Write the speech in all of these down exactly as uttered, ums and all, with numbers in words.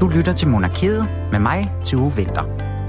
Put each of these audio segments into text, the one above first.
Du lytter til Monarkiet med mig, Tue Winther.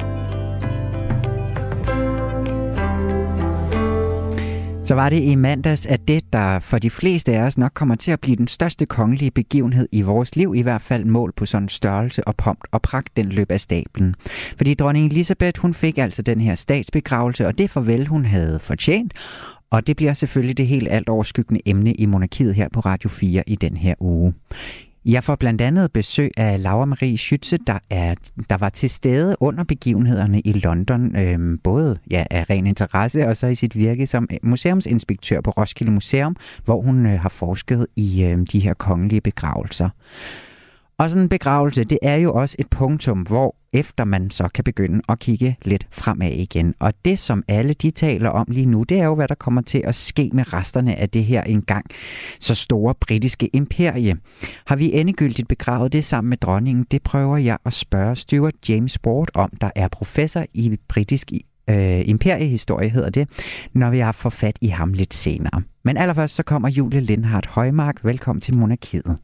Så var det i mandags, at det, der for de fleste af os nok kommer til at blive den største kongelige begivenhed i vores liv, i hvert fald mål på sådan størrelse og pomp og pragt, den løb af stablen. Fordi dronning Elizabeth, hun fik altså den her statsbegravelse, og det farvel, hun havde fortjent. Og det bliver selvfølgelig det helt alt overskyggende emne i Monarkiet her på Radio fire i den her uge. Jeg får blandt andet besøg af Laura Marie Schütze, der, er, der var til stede under begivenhederne i London, øhm, både ja, af ren interesse og så i sit virke som museumsinspektør på Roskilde Museum, hvor hun øh, har forsket i øh, de her kongelige begravelser. Og sådan en begravelse, det er jo også et punktum, hvor efter man så kan begynde at kigge lidt fremad igen. Og det, som alle de taler om lige nu, det er jo, hvad der kommer til at ske med resterne af det her engang så store britiske imperie. Har vi endegyldigt begravet det sammen med dronningen? Det prøver jeg at spørge Stuart James Ward om, der er professor i britisk øh, imperiehistorie, hedder det, når vi har fået fat i ham lidt senere. Men allerførst så kommer Julie Lindhardt Højmark. Velkommen til Monarkiet.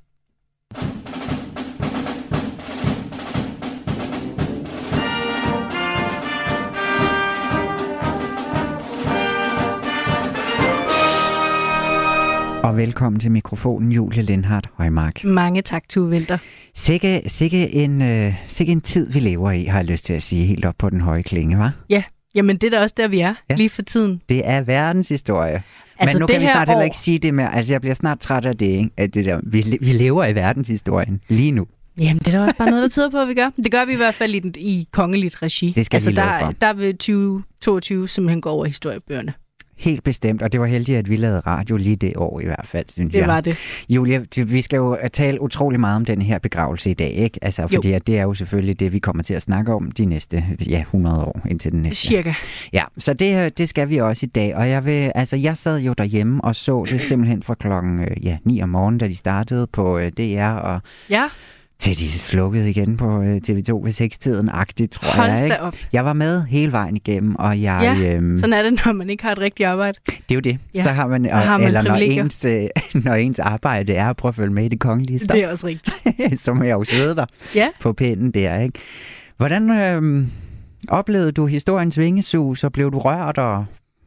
Og velkommen til mikrofonen, Julie Lindhardt Højmark. Mange tak, Tue Winther. Sikke, sikke, en, øh, sikke en tid, vi lever i, har jeg lyst til at sige, helt op på den høje klinge, hva'? Ja, jamen det er da også der, vi er, ja. Lige for tiden. Det er verdenshistorie. Altså, men nu det kan vi snart år... heller ikke sige det mere. Altså, jeg bliver snart træt af det, ikke? At det der, vi, vi lever i verdenshistorien lige nu. Jamen, det er da også bare noget, der tyder på, at vi gør. Det gør vi i hvert fald i, i kongeligt regi. Det skal altså, vi love der, for. der vil tyve toogtyve simpelthen gå over historiebøgerne. Helt bestemt, og det var heldigt, at vi lavede radio lige det år i hvert fald, synes jeg. Det var det. Julia, vi skal jo tale utrolig meget om den her begravelse i dag, ikke? Altså, fordi det er jo selvfølgelig det, vi kommer til at snakke om de næste ja, hundrede år indtil den næste. Cirka. Ja, så det, det skal vi også i dag, og jeg vil, altså, jeg sad jo derhjemme og så det simpelthen fra klokken ja, ni om morgenen, da de startede på D R, og ja. til de slukkede igen på T V to ved seks-tiden-agtigt, tror Hold jeg. Ikke? Op. Jeg var med hele vejen igennem, og jeg... Ja, øhm, sådan er det, når man ikke har et rigtigt arbejde. Det er jo det. Ja. Så har man, så har man eller når privilegier. ens, øh, når ens arbejde er at prøve at følge med i det kongelige stof. Det er også rigtigt. Så må jeg jo sidde der ja. på pinden der, ikke? Hvordan øh, oplevede du historiens vingesus, og blev du rørt? Og...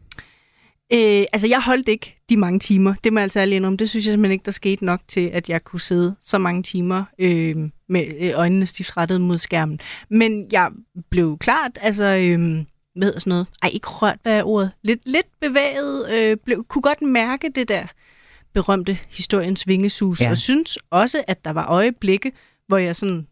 Øh, altså, jeg holdt ikke de mange timer. Det må jeg altså ærlig indrømme. Det synes jeg simpelthen ikke, der skete nok til, at jeg kunne sidde så mange timer øh, med øjnene stift rettet mod skærmen. Men jeg blev klart, altså, øh, hvad hedder sådan noget? Ej, ikke rørt, hvad er ordet? Lidt, lidt bevæget. Øh, blev, kunne godt mærke det der berømte historiens vingesus. Ja. Og synes også, at der var øjeblikke, hvor jeg sådan,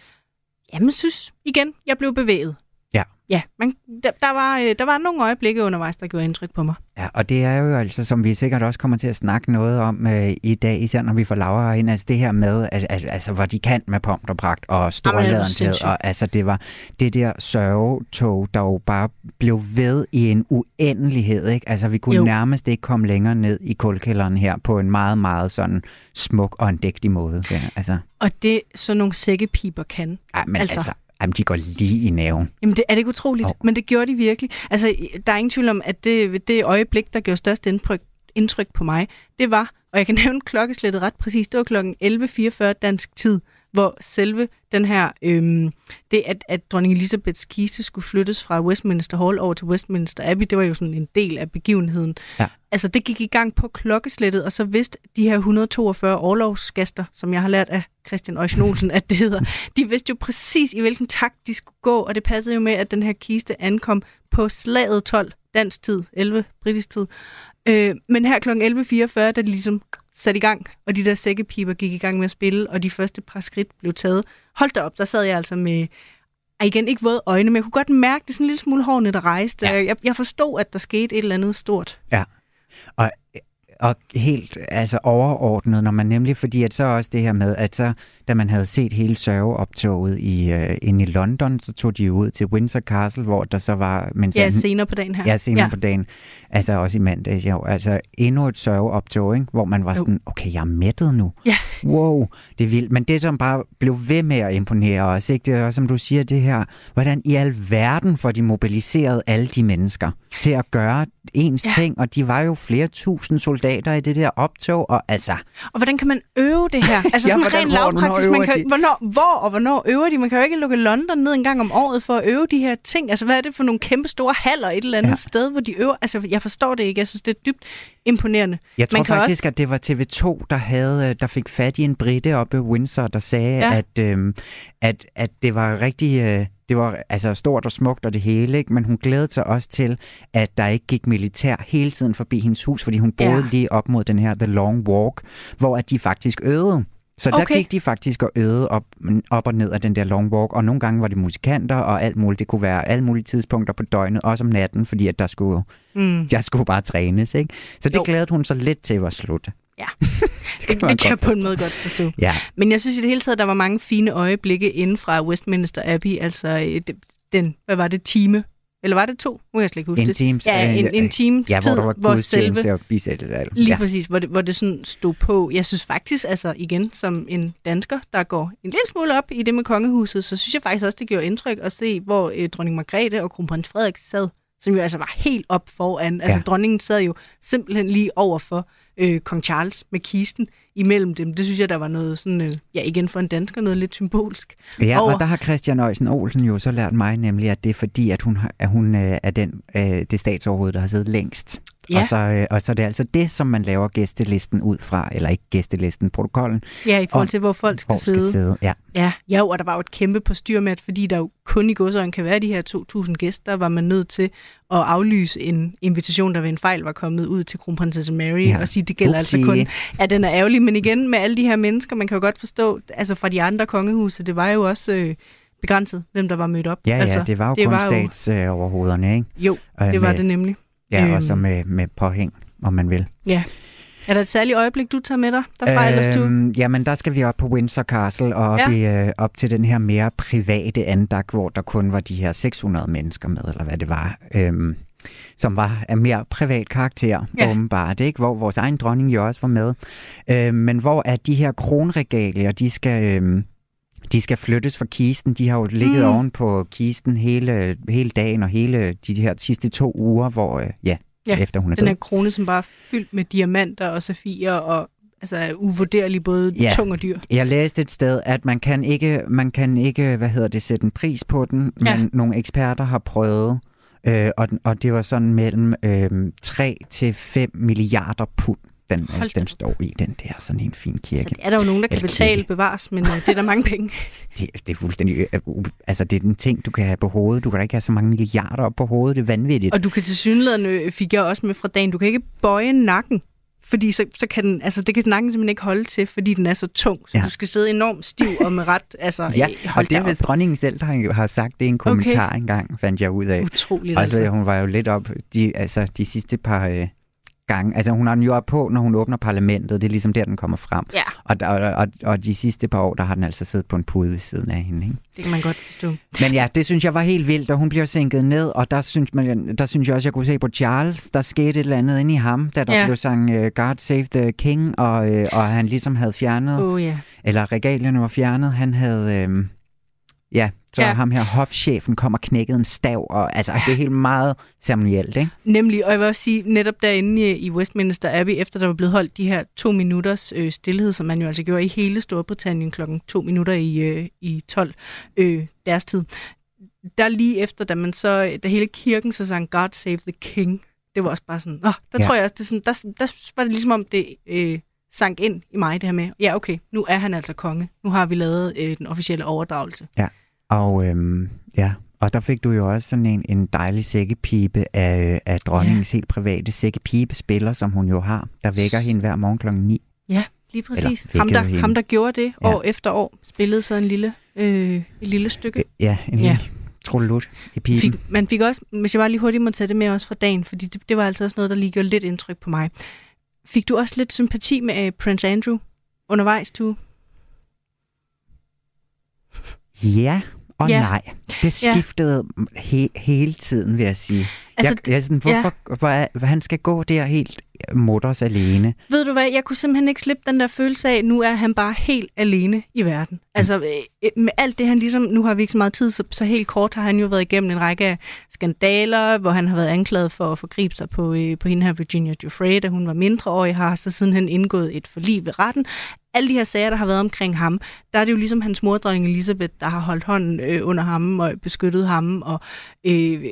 jamen, synes igen, jeg blev bevæget. Ja. Ja, man, der, der, var, der var nogle øjeblikke undervejs, der gjorde indtryk på mig. Ja, og det er jo altså, som vi sikkert også kommer til at snakke noget om øh, i dag, især når vi får Laura ind, altså det her med, at, at, altså hvor de kan med pomp og pragt og storladenhed, og altså det var det der sørgetog, der jo bare blev ved i en uendelighed, ikke? Altså vi kunne jo. nærmest ikke komme længere ned i kulkælderen her på en meget, meget sådan smuk og andægtig måde. Ja, altså. Og det så nogle sækkepiber kan. Ej, men altså, altså Jamen, de går lige i næven. Jamen, det er det ikke utroligt, oh. men det gjorde de virkelig. Altså, der er ingen tvivl om, at det, det øjeblik, der gjorde størst indtryk, indtryk på mig, det var, og jeg kan nævne klokkeslættet ret præcis, det var klokken elleve fireogfyrre dansk tid, hvor selve den her, øhm, det at, at dronning Elizabeths kiste skulle flyttes fra Westminster Hall over til Westminster Abbey, det var jo sådan en del af begivenheden. Ja. Altså, det gik i gang på klokkeslættet, og så vidste de her et hundrede og toogfyrre orlogsgaster, som jeg har lært af Christian Eugen Olsen, at det hedder, de vidste jo præcis, i hvilken takt de skulle gå, og det passede jo med, at den her kiste ankom på slaget tolv dansk tid, elleve britisk tid. Øh, men her klokken elleve fireogfyrre, da de ligesom satte i gang, og de der sækkepiber gik i gang med at spille, og de første par skridt blev taget. Hold da op, der sad jeg altså med, igen ikke våde øjne, men jeg kunne godt mærke, det sådan en lille smule hårene, der rejste. Ja. Jeg, jeg forstod, at der skete et eller andet stort. Ja, og, og helt altså overordnet, når man nemlig, fordi at så også det her med, at så, da man havde set hele sørgeoptoget i, uh, inde i London, så tog de jo ud til Windsor Castle, hvor der så var... Mens ja, han, senere på dagen her. Ja, senere ja. på dagen. Altså også i mandags, jo. Altså endnu et sørgeoptog, ikke? Hvor man var jo. sådan, okay, jeg er mættet nu. Ja. Wow, det er vildt. Men det, som bare blev ved med at imponere os, ikke? Det er også, som du siger, det her, hvordan i alverden får de mobiliseret alle de mennesker til at gøre ens ja. ting, og de var jo flere tusind soldater, soldater i det der optog, og altså... Og hvordan kan man øve det her? Altså ja, sådan rent lavpraktisk, man kan, hvornår, hvor og hvornår øver de? Man kan jo ikke lukke London ned en gang om året for at øve de her ting. Altså hvad er det for nogle kæmpe store haller et eller andet ja. sted, hvor de øver? Altså jeg forstår det ikke. Jeg synes, det er dybt imponerende. Jeg tror man kan faktisk, også... at det var T V to, der, havde, der fik fat i en brite oppe i Windsor, der sagde, ja. at, øhm, at, at det var rigtig... Øh, det var altså stort og smukt og det hele, ikke? Men hun glædede sig også til, at der ikke gik militær hele tiden forbi hendes hus, fordi hun boede ja. lige op mod den her The Long Walk, hvor at de faktisk øvede. Så der okay. gik de faktisk og øvede op, op og ned af den der Long Walk, og nogle gange var det musikanter og alt muligt. Det kunne være alle mulige tidspunkter på døgnet, også om natten, fordi at der skulle, mm. der skulle bare trænes, ikke? Så det jo. glædede hun så lidt til at slutte. Ja, det kan, det kan jeg på en måde godt forstå. Ja. Men jeg synes i det hele taget, der var mange fine øjeblikke inden fra Westminster Abbey. Altså den, hvad var det, time? Eller var det to? Nu kan jeg slet ikke huske en det. Teams, ja, en, en times ja, tid, hvor der var hvor selve... Det var bisættet, lige ja. præcis, hvor det, hvor det sådan stod på. Jeg synes faktisk, altså igen, som en dansker, der går en lille smule op i det med kongehuset, så synes jeg faktisk også, det gjorde indtryk at se, hvor øh, dronning Margrethe og kronprins Frederik sad, som jo altså var helt op foran. Altså ja. dronningen sad jo simpelthen lige over for øh, kong Charles med kisten imellem dem. Det synes jeg, der var noget sådan, øh, ja igen for en dansker, noget lidt symbolsk. Ja, over. Og der har Christian Øjsen Olsen jo så lært mig nemlig, at det er fordi, at hun, at hun øh, er den, øh, det statsoverhoved, der har siddet længst. Ja. Og, så, øh, og så er det altså det, som man laver gæstelisten ud fra, eller ikke gæstelisten, protokollen. Ja, i forhold til, hvor folk skal, hvor sidde. skal sidde. Ja. Ja, ja, og der var jo et kæmpe postyr med, at fordi der jo kun i godsøjne kan være de her to tusind gæster, var man nødt til at aflyse en invitation, der ved en fejl var kommet ud til kronprinsesse Mary, ja. og sige, det gælder Upsi. altså kun, at den er ærgerlig. Men igen, med alle de her mennesker, man kan jo godt forstå, altså fra de andre kongehuse, det var jo også øh, begrænset, hvem der var mødt op. Ja, ja, altså, det var jo det kun statsoverhovederne, ikke? Jo, det var med, det nemlig. Ja, øhm. og så med, med påhæng, om man vil. Ja. Er der et særligt øjeblik, du tager med dig derfra, øhm, ellers du? Jamen, der skal vi op på Windsor Castle og op, ja. i, øh, op til den her mere private andagt, hvor der kun var de her seks hundrede mennesker med, eller hvad det var, øhm, som var af mere privat karakter, ja. åbenbart, ikke? Hvor vores egen dronning jo også var med. Øhm, men hvor at de her kronregalier, de skal... Øhm, De skal flyttes fra kisten. De har jo ligget mm. oven på kisten hele, hele dagen og hele de her sidste to uger, hvor, øh, ja, ja, efter hun er den død. her krone, som bare er fyldt med diamanter og safirer og altså er uvurderlig både ja. tung og dyr. Jeg læste et sted, at man kan ikke, man kan ikke, hvad hedder det, sætte en pris på den, ja. men nogle eksperter har prøvet, øh, og, og det var sådan mellem øh, tre til fem milliarder pund. Den, altså, den står i den der sådan en fin kirke. Så det er der jo nogen, der kan betale bevares, men uh, det er der mange penge. det, det er fuldstændig... Uh, altså, det er den ting, du kan have på hovedet. Du kan da ikke have så mange milliarder op på hovedet. Det er vanvittigt. Og du kan tilsyneladende, fik jeg også med fra dagen, du kan ikke bøje nakken, fordi så, så kan den, altså det kan nakken simpelthen ikke holde til, fordi den er så tung. Så ja. du skal sidde enormt stiv og med ret, altså ja, og det er vist dronningen selv, der har, har sagt det i en kommentar okay. engang, fandt jeg ud af. Utroligt altså. altså. Hun var jo lidt op, de, altså de sidste par... Øh, gang. Altså hun har den jo op på, når hun åbner parlamentet. Det er ligesom der, den kommer frem. Ja. Og, og, og, og de sidste par år, der har den altså siddet på en pude ved siden af hende. Ikke? Det kan man godt forstå. Men ja, det synes jeg var helt vildt, og hun bliver sænket ned, og der synes, man, der synes jeg også, jeg kunne se på Charles, der skete et eller andet inde i ham, da der ja. blev sang uh, God Save the King, og, uh, og han ligesom havde fjernet, oh, yeah. eller regalierne var fjernet. Han havde... Uh, Ja, så ja. ham her hofchefen kom og knækkede en stav, og altså, ja. det er helt meget ceremonielt, ikke? Nemlig, og jeg vil også sige, netop derinde i Westminster Abbey, efter der var blevet holdt de her to minutters øh, stillhed, som man jo altså gjorde i hele Storbritannien klokken to minutter i, øh, i tolv øh, deres tid. Der lige efter, da man så, da hele kirken så sang God Save the King, det var også bare sådan, åh, der ja. tror jeg også, det sådan, der, der var det ligesom om det... Øh, sank ind i mig, det her med, ja okay, nu er han altså konge. Nu har vi lavet øh, den officielle overdragelse. Ja, og, øhm, ja. og der fik du jo også sådan en, en dejlig sækkepibe af, af dronningens ja. helt private sækkepibespiller, som hun jo har, der vækker hende hver morgen klokken ni. Ja, lige præcis. Ham der, ham, der gjorde det ja. år efter år, spillede så en lille, øh, et lille stykke. Ja, en lille... Ja. Trudelut i piben. Fik, man fik også, hvis jeg bare lige hurtigt må tage det med også fra dagen, fordi det, det var altså også noget, der lige gjorde lidt indtryk på mig. Fik du også lidt sympati med uh, Prince Andrew undervejs, du? Ja og ja. nej. Det skiftede ja. he- hele tiden, vil jeg sige. Altså, jeg, jeg sådan, hvorfor ja. hvor, hvor han skal gå der helt mutters alene? Ved du hvad, jeg kunne simpelthen ikke slippe den der følelse af, nu er han bare helt alene i verden. Altså øh, med alt det, han ligesom, nu har vi ikke så meget tid, så, så helt kort har han jo været igennem en række af skandaler, hvor han har været anklaget for at forgribe sig på, øh, på hende her Virginia Giuffre, da hun var mindreårig, har så siden han indgået et forlig ved retten. Alle de her sager, der har været omkring ham, der er det jo ligesom hans mor, dronning Elizabeth, der har holdt hånden øh, under ham og beskyttet ham, og øh,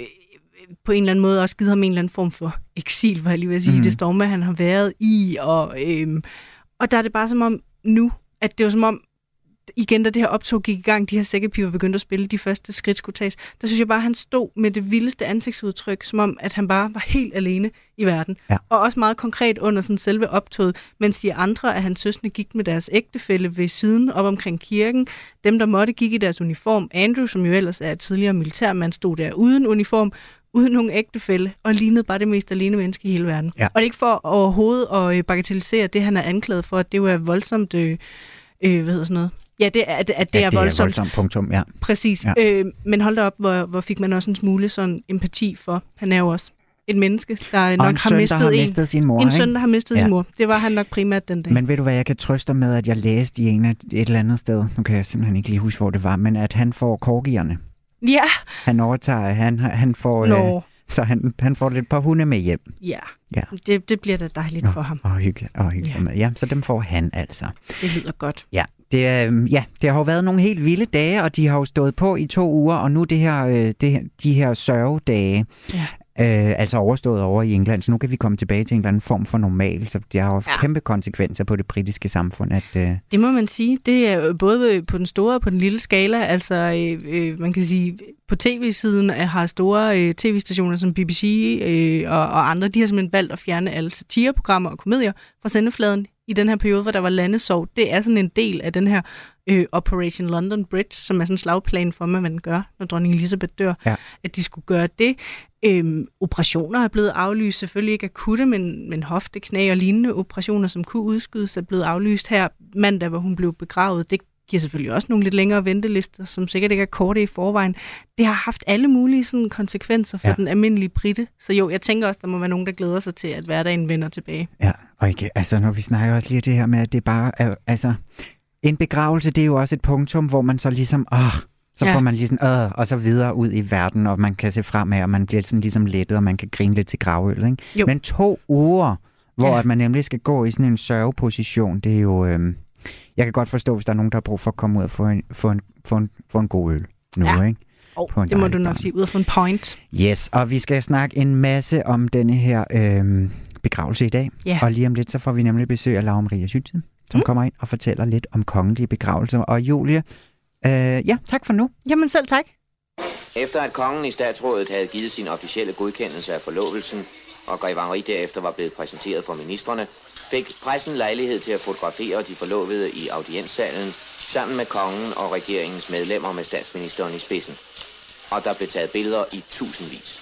på en eller anden måde også givet ham en eller anden form for eksil, hvad jeg lige vil sige, mm. det storme, han har været i. Og, øh, og der er det bare som om nu, at det var som om, igen, da det her optog gik i gang, de her sækkepiber begyndte at spille, de første skridt skulle tages, der synes jeg bare, at han stod med det vildeste ansigtsudtryk, som om, at han bare var helt alene i verden. Ja. Og også meget konkret under sådan selve optoget, mens de andre af hans søstre gik med deres ægtefælle ved siden op omkring kirken. Dem, der måtte, gik i deres uniform. Andrew, som jo ellers er tidligere militærmand, stod der uden uniform, uden nogen ægtefælle, og lignede bare det mest alene menneske i hele verden. Ja. Og det er ikke for overhovedet at bagatellisere det, han er anklaget for, at det jo er voldsomt, øh, øh, hvad hedder sådan noget? Ja, det er, at det, at det ja, er det voldsomt. er voldsomt, punktum, ja. Præcis. Ja. Øh, men hold da op, hvor, hvor fik man også en smule sådan empati for. Han er jo også et menneske, der nok en har søn, mistet, der har en, mistet sin mor. En søn, der har mistet ja. sin mor. Det var han nok primært den dag. Men ved du hvad, jeg kan trøste med, at jeg læste i en af et eller andet sted, nu kan jeg simpelthen ikke lige huske, hvor det var, men at han får korgierne. Ja. Han overtager, han, han får... Nå. Øh, så han, han får lidt par hunde med hjem. Ja, ja. Det, det bliver da dejligt Nå, for ham. Og hyggeligt. Og hygge ja. Med. Ja, så dem får han altså. Det lyder godt. Ja. Det, øh, ja, det har jo været nogle helt vilde dage, og de har jo stået på i to uger, og nu det her, øh, det, de her sørgedage, ja. øh, altså overstået over i England, så nu kan vi komme tilbage til en eller anden form for normal, så det har jo ja. Kæmpe konsekvenser på det britiske samfund. At, øh... Det må man sige. Det er både på den store og på den lille skala, altså øh, man kan sige, på tv-siden har store øh, tv-stationer som B B C øh, og, og andre, de har simpelthen valgt at fjerne alle satireprogrammer og komedier fra sendefladen i den her periode, hvor der var landesorg. Det er sådan en del af den her øh, Operation London Bridge, som er sådan en slagplan for, hvad man gør, når dronning Elizabeth dør, ja. At de skulle gøre det. Øhm, operationer er blevet aflyst, selvfølgelig ikke akutte, men, men hofte, knæ og lignende operationer, som kunne udskydes, er blevet aflyst her mandag, hvor hun blev begravet. Det giver selvfølgelig også nogle lidt længere ventelister, som sikkert ikke er korte i forvejen. Det har haft alle mulige sådan, konsekvenser for ja. Den almindelige brite. Så jo, jeg tænker også, der må være nogen, der glæder sig til, at hverdagen vender tilbage. Ja, og ikke, altså når vi snakker også lige det her med, at det bare er, altså en begravelse, det er jo også et punktum, hvor man så ligesom, åh, så ja. Får man ligesom, øh, og så videre ud i verden, og man kan se fremad, og man bliver sådan ligesom lettet, og man kan grine lidt til gravøl, ikke? Men to uger, hvor ja. At man nemlig skal gå i sådan en sørgeposition, det er jo... Øh, jeg kan godt forstå, hvis der er nogen, der har brug for at komme ud og få en, få en, få en, få en god øl nu, ja. Ikke? Oh, det må du nok sige, ud og få en point. Yes, og vi skal snakke en masse om denne her øh, begravelse i dag. Yeah. Og lige om lidt, så får vi nemlig besøg af Laura Maria Schütze, som mm. kommer ind og fortæller lidt om kongelige begravelser. Og Julie, øh, ja, tak for nu. Jamen selv tak. Efter at kongen i statsrådet havde givet sin officielle godkendelse af forlovelsen, og Grev Henri derefter var blevet præsenteret for ministrene, fik pressen lejlighed til at fotografere de forlovede i audienssalen sammen med kongen og regeringens medlemmer med statsministeren i spidsen. Og der blev taget billeder i tusindvis.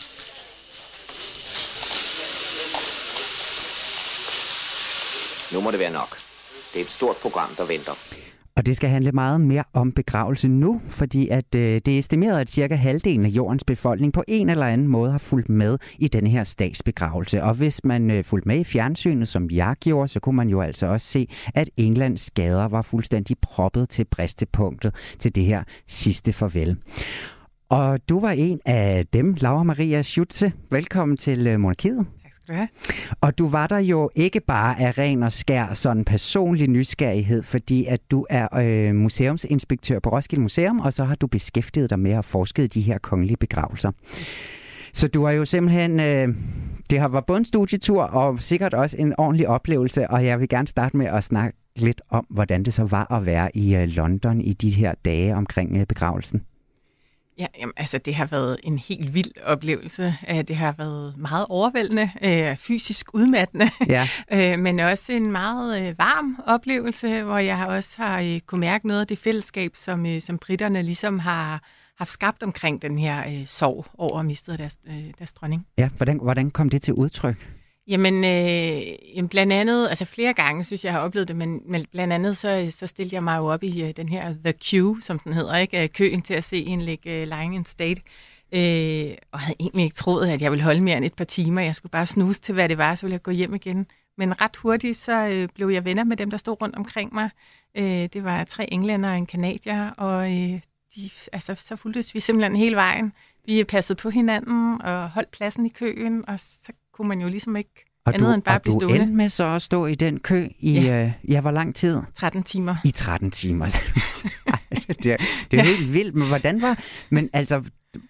Nu må det være nok. Det er et stort program, der venter. Og det skal handle meget mere om begravelse nu, fordi at øh, det er estimeret, at cirka halvdelen af jordens befolkning på en eller anden måde har fulgt med i denne her statsbegravelse. Og hvis man øh, fulgte med i fjernsynet, som jeg gjorde, så kunne man jo altså også se, at Englands gader var fuldstændig proppet til bristepunktet til det her sidste farvel. Og du var en af dem, Laura Maria Schütze. Velkommen til øh, Monarkiet. Ja. Og du var der jo ikke bare af ren og skær sådan personlig nysgerrighed, fordi at du er øh, museumsinspektør på Roskilde Museum, og så har du beskæftiget dig med at forske de her kongelige begravelser. Så du har jo simpelthen, øh, det har været både en studietur og sikkert også en ordentlig oplevelse, og jeg vil gerne starte med at snakke lidt om, hvordan det så var at være i øh, London i de her dage omkring øh, begravelsen. Ja, jamen, altså det har været en helt vild oplevelse. Det har været meget overvældende, fysisk udmattende, ja. Men også en meget varm oplevelse, hvor jeg også har kunne mærke noget af det fællesskab, som, som britterne ligesom har haft skabt omkring den her sorg over at miste deres, deres dronning. Ja, hvordan, hvordan kom det til udtryk? Jamen, øh, blandt andet, altså flere gange synes jeg, jeg har oplevet det, men, men blandt andet så, så stillede jeg mig jo op i uh, den her The Queue, som den hedder, ikke? Køen til at se en ligge uh, lying in state. Øh, og havde egentlig ikke troet, at jeg ville holde mere end et par timer. Jeg skulle bare snuse til, hvad det var, så ville jeg gå hjem igen. Men ret hurtigt, så øh, blev jeg venner med dem, der stod rundt omkring mig. Øh, det var tre englænder og en canadier, og øh, de, altså, så fulgtes vi simpelthen hele vejen. Vi passede på hinanden og holdt pladsen i køen, og så kunne man jo ligesom ikke og andet du, end bare blive stående. Og du endte med så at stå i den kø i, ja. øh, ja, hvor lang tid? tretten timer. I tretten timer. det er, det er ja. helt vildt, men hvordan var... Men altså...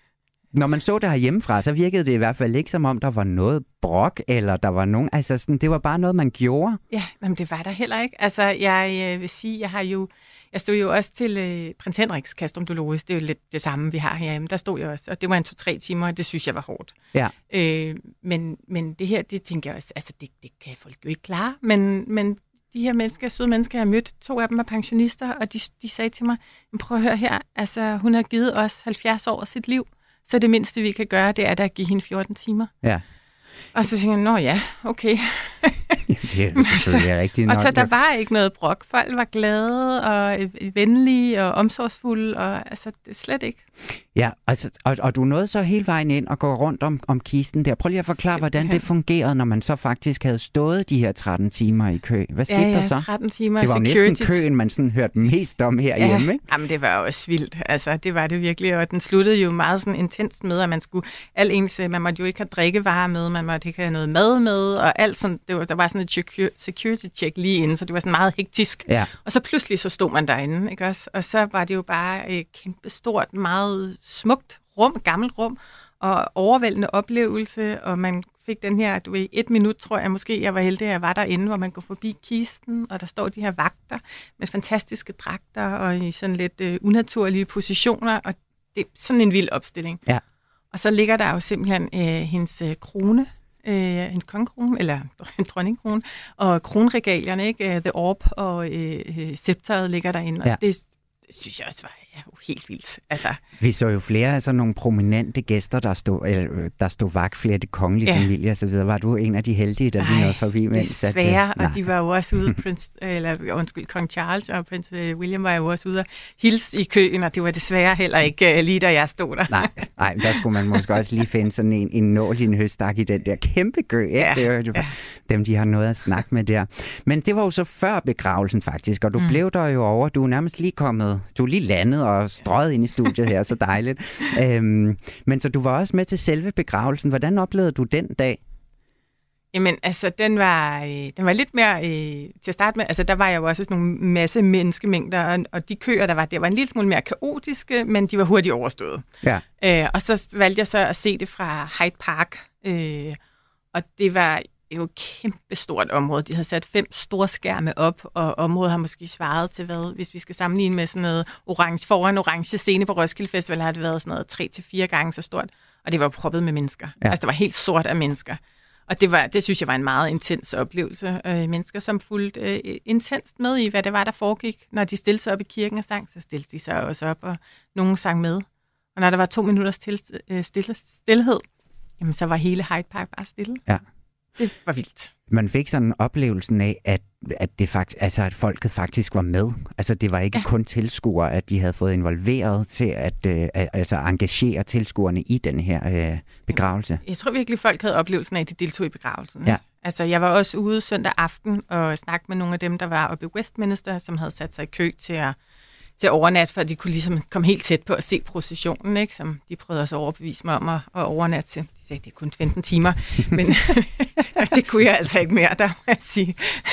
Når man så det her hjemmefra, så virkede det i hvert fald ikke som om, der var noget brok, eller der var nogen... Altså, sådan, det var bare noget, man gjorde. Ja, men det var der heller ikke. Altså, jeg øh, vil sige, jeg har jo... Jeg stod jo også til øh, Prins Henriks Castrum Dolores. Det er jo lidt det samme, vi har herhjemme. Der stod jeg også, og det var en to-tre timer, og det synes jeg var hårdt. Ja. Øh, men, men det her, det tænker jeg også... Altså, det, det kan folk jo ikke klare, men... men de her mennesker, søde mennesker, jeg har mødt, to af dem er pensionister, og de, de sagde til mig, prøv at høre her, altså, hun har givet os halvfjerds år af sit liv. Så det mindste, vi kan gøre, det er at give hende fjorten timer. Ja. Og så tænkte jeg, nå ja, okay. Ja, det er selvfølgelig rigtigt nok. Og så der var ikke noget brok. Folk var glade og venlige og omsorgsfulde, og altså det slet ikke. Ja, altså, og, og du nåede så hele vejen ind og går rundt om, om kisten der. Prøv lige at forklare, hvordan det fungerede, når man så faktisk havde stået de her tretten timer i kø. Hvad skete ja, ja, der så? tretten timer. Det var jo næsten køen, man sådan hørte mest om herhjemme, ja. ikke? Jamen, det var også vildt. Altså, det var det virkelig, og den sluttede jo meget sådan intenst med, at man skulle, al ens, man måtte jo ikke have drikkevarer med, man måtte ikke have noget mad med, og alt sådan, det var, der var sådan et security check lige inden, så det var sådan meget hektisk. Ja. Og så pludselig så stod man derinde, ikke også? Og så var det jo bare et kæmpestort, meget smukt rum, gammelt rum, og overvældende oplevelse, og man fik den her, du ved, et minut, tror jeg måske, jeg var heldig, at jeg var derinde, hvor man går forbi kisten, og der står de her vagter med fantastiske dragter, og i sådan lidt øh, unaturlige positioner, og det er sådan en vild opstilling. Ja. Og så ligger der jo simpelthen øh, hendes øh, krone, øh, hendes kongekrone, eller dronningkrone, og kronregalierne, ikke? The orb og øh, scepteret ligger derinde, og ja. det Det synes jeg også var ja, helt vildt. Altså. Vi så jo flere af sådan nogle prominente gæster, der stod, eller, der stod vagt, flere af de kongelige ja. familier og så videre. Var du en af de heldige, der lige nåede forbi? Desværre, og de var jo også ude, prins, eller undskyld, kong Charles og prins William var jo også ude og hilse i køen, og det var desværre heller ikke uh, lige da jeg stod der. Nej, nej, der skulle man måske også lige finde sådan en, en nål i en høstak i den der kæmpe kø. Ikke? Ja, det er jo ja. dem, de har noget at snakke med der. Men det var jo så før begravelsen faktisk, og du mm. blev der jo over. Du er nærmest lige kommet, du er lige landet og strøget ind i studiet her, så dejligt. Øhm, men så du var også med til selve begravelsen. Hvordan oplevede du den dag? Jamen, altså, den var, øh, den var lidt mere øh, til at starte med. Altså, der var jo også sådan nogle masse menneskemængder, og, og de køer, der var der, var en lille smule mere kaotiske, men de var hurtigt overstået. Ja. Øh, og så valgte jeg så at se det fra Hyde Park, øh, og det var jo et kæmpe stort område. De havde sat fem store skærme op, og området har måske svaret til hvad, hvis vi skal sammenligne med sådan noget orange foran orange scene på Roskilde Festival, har det været sådan noget tre til fire gange så stort, og det var proppet med mennesker. Ja. Altså, det var helt sort af mennesker. Og det, var, det synes jeg var en meget intens oplevelse. Øh, mennesker, som fulgte øh, intenst med i, hvad det var, der foregik. Når de stillede sig op i kirken og sang, så stillede de sig også op, og nogen sang med. Og når der var to minutters til, øh, stille, stillhed, jamen, så var hele Hyde Park bare stille. Ja. Det var vildt. Man fik sådan oplevelsen af, at, at, det fakt, altså, at folket faktisk var med. Altså, det var ikke ja. kun tilskuere, at de havde fået involveret til at, øh, at altså, engagere tilskuerne i den her øh, begravelse. Jeg tror virkelig, folk havde oplevelsen af, at de deltog i begravelsen. Ja. Altså, jeg var også ude søndag aften og snakkede med nogle af dem, der var oppe i Westminster, som havde sat sig i kø til at til overnat, for at de kunne ligesom komme helt tæt på at se processionen, ikke? Som de prøvede også at overbevise mig om at, at overnatte til. De sagde, det er kun femten timer, men det kunne jeg altså ikke mere, der må jeg sige.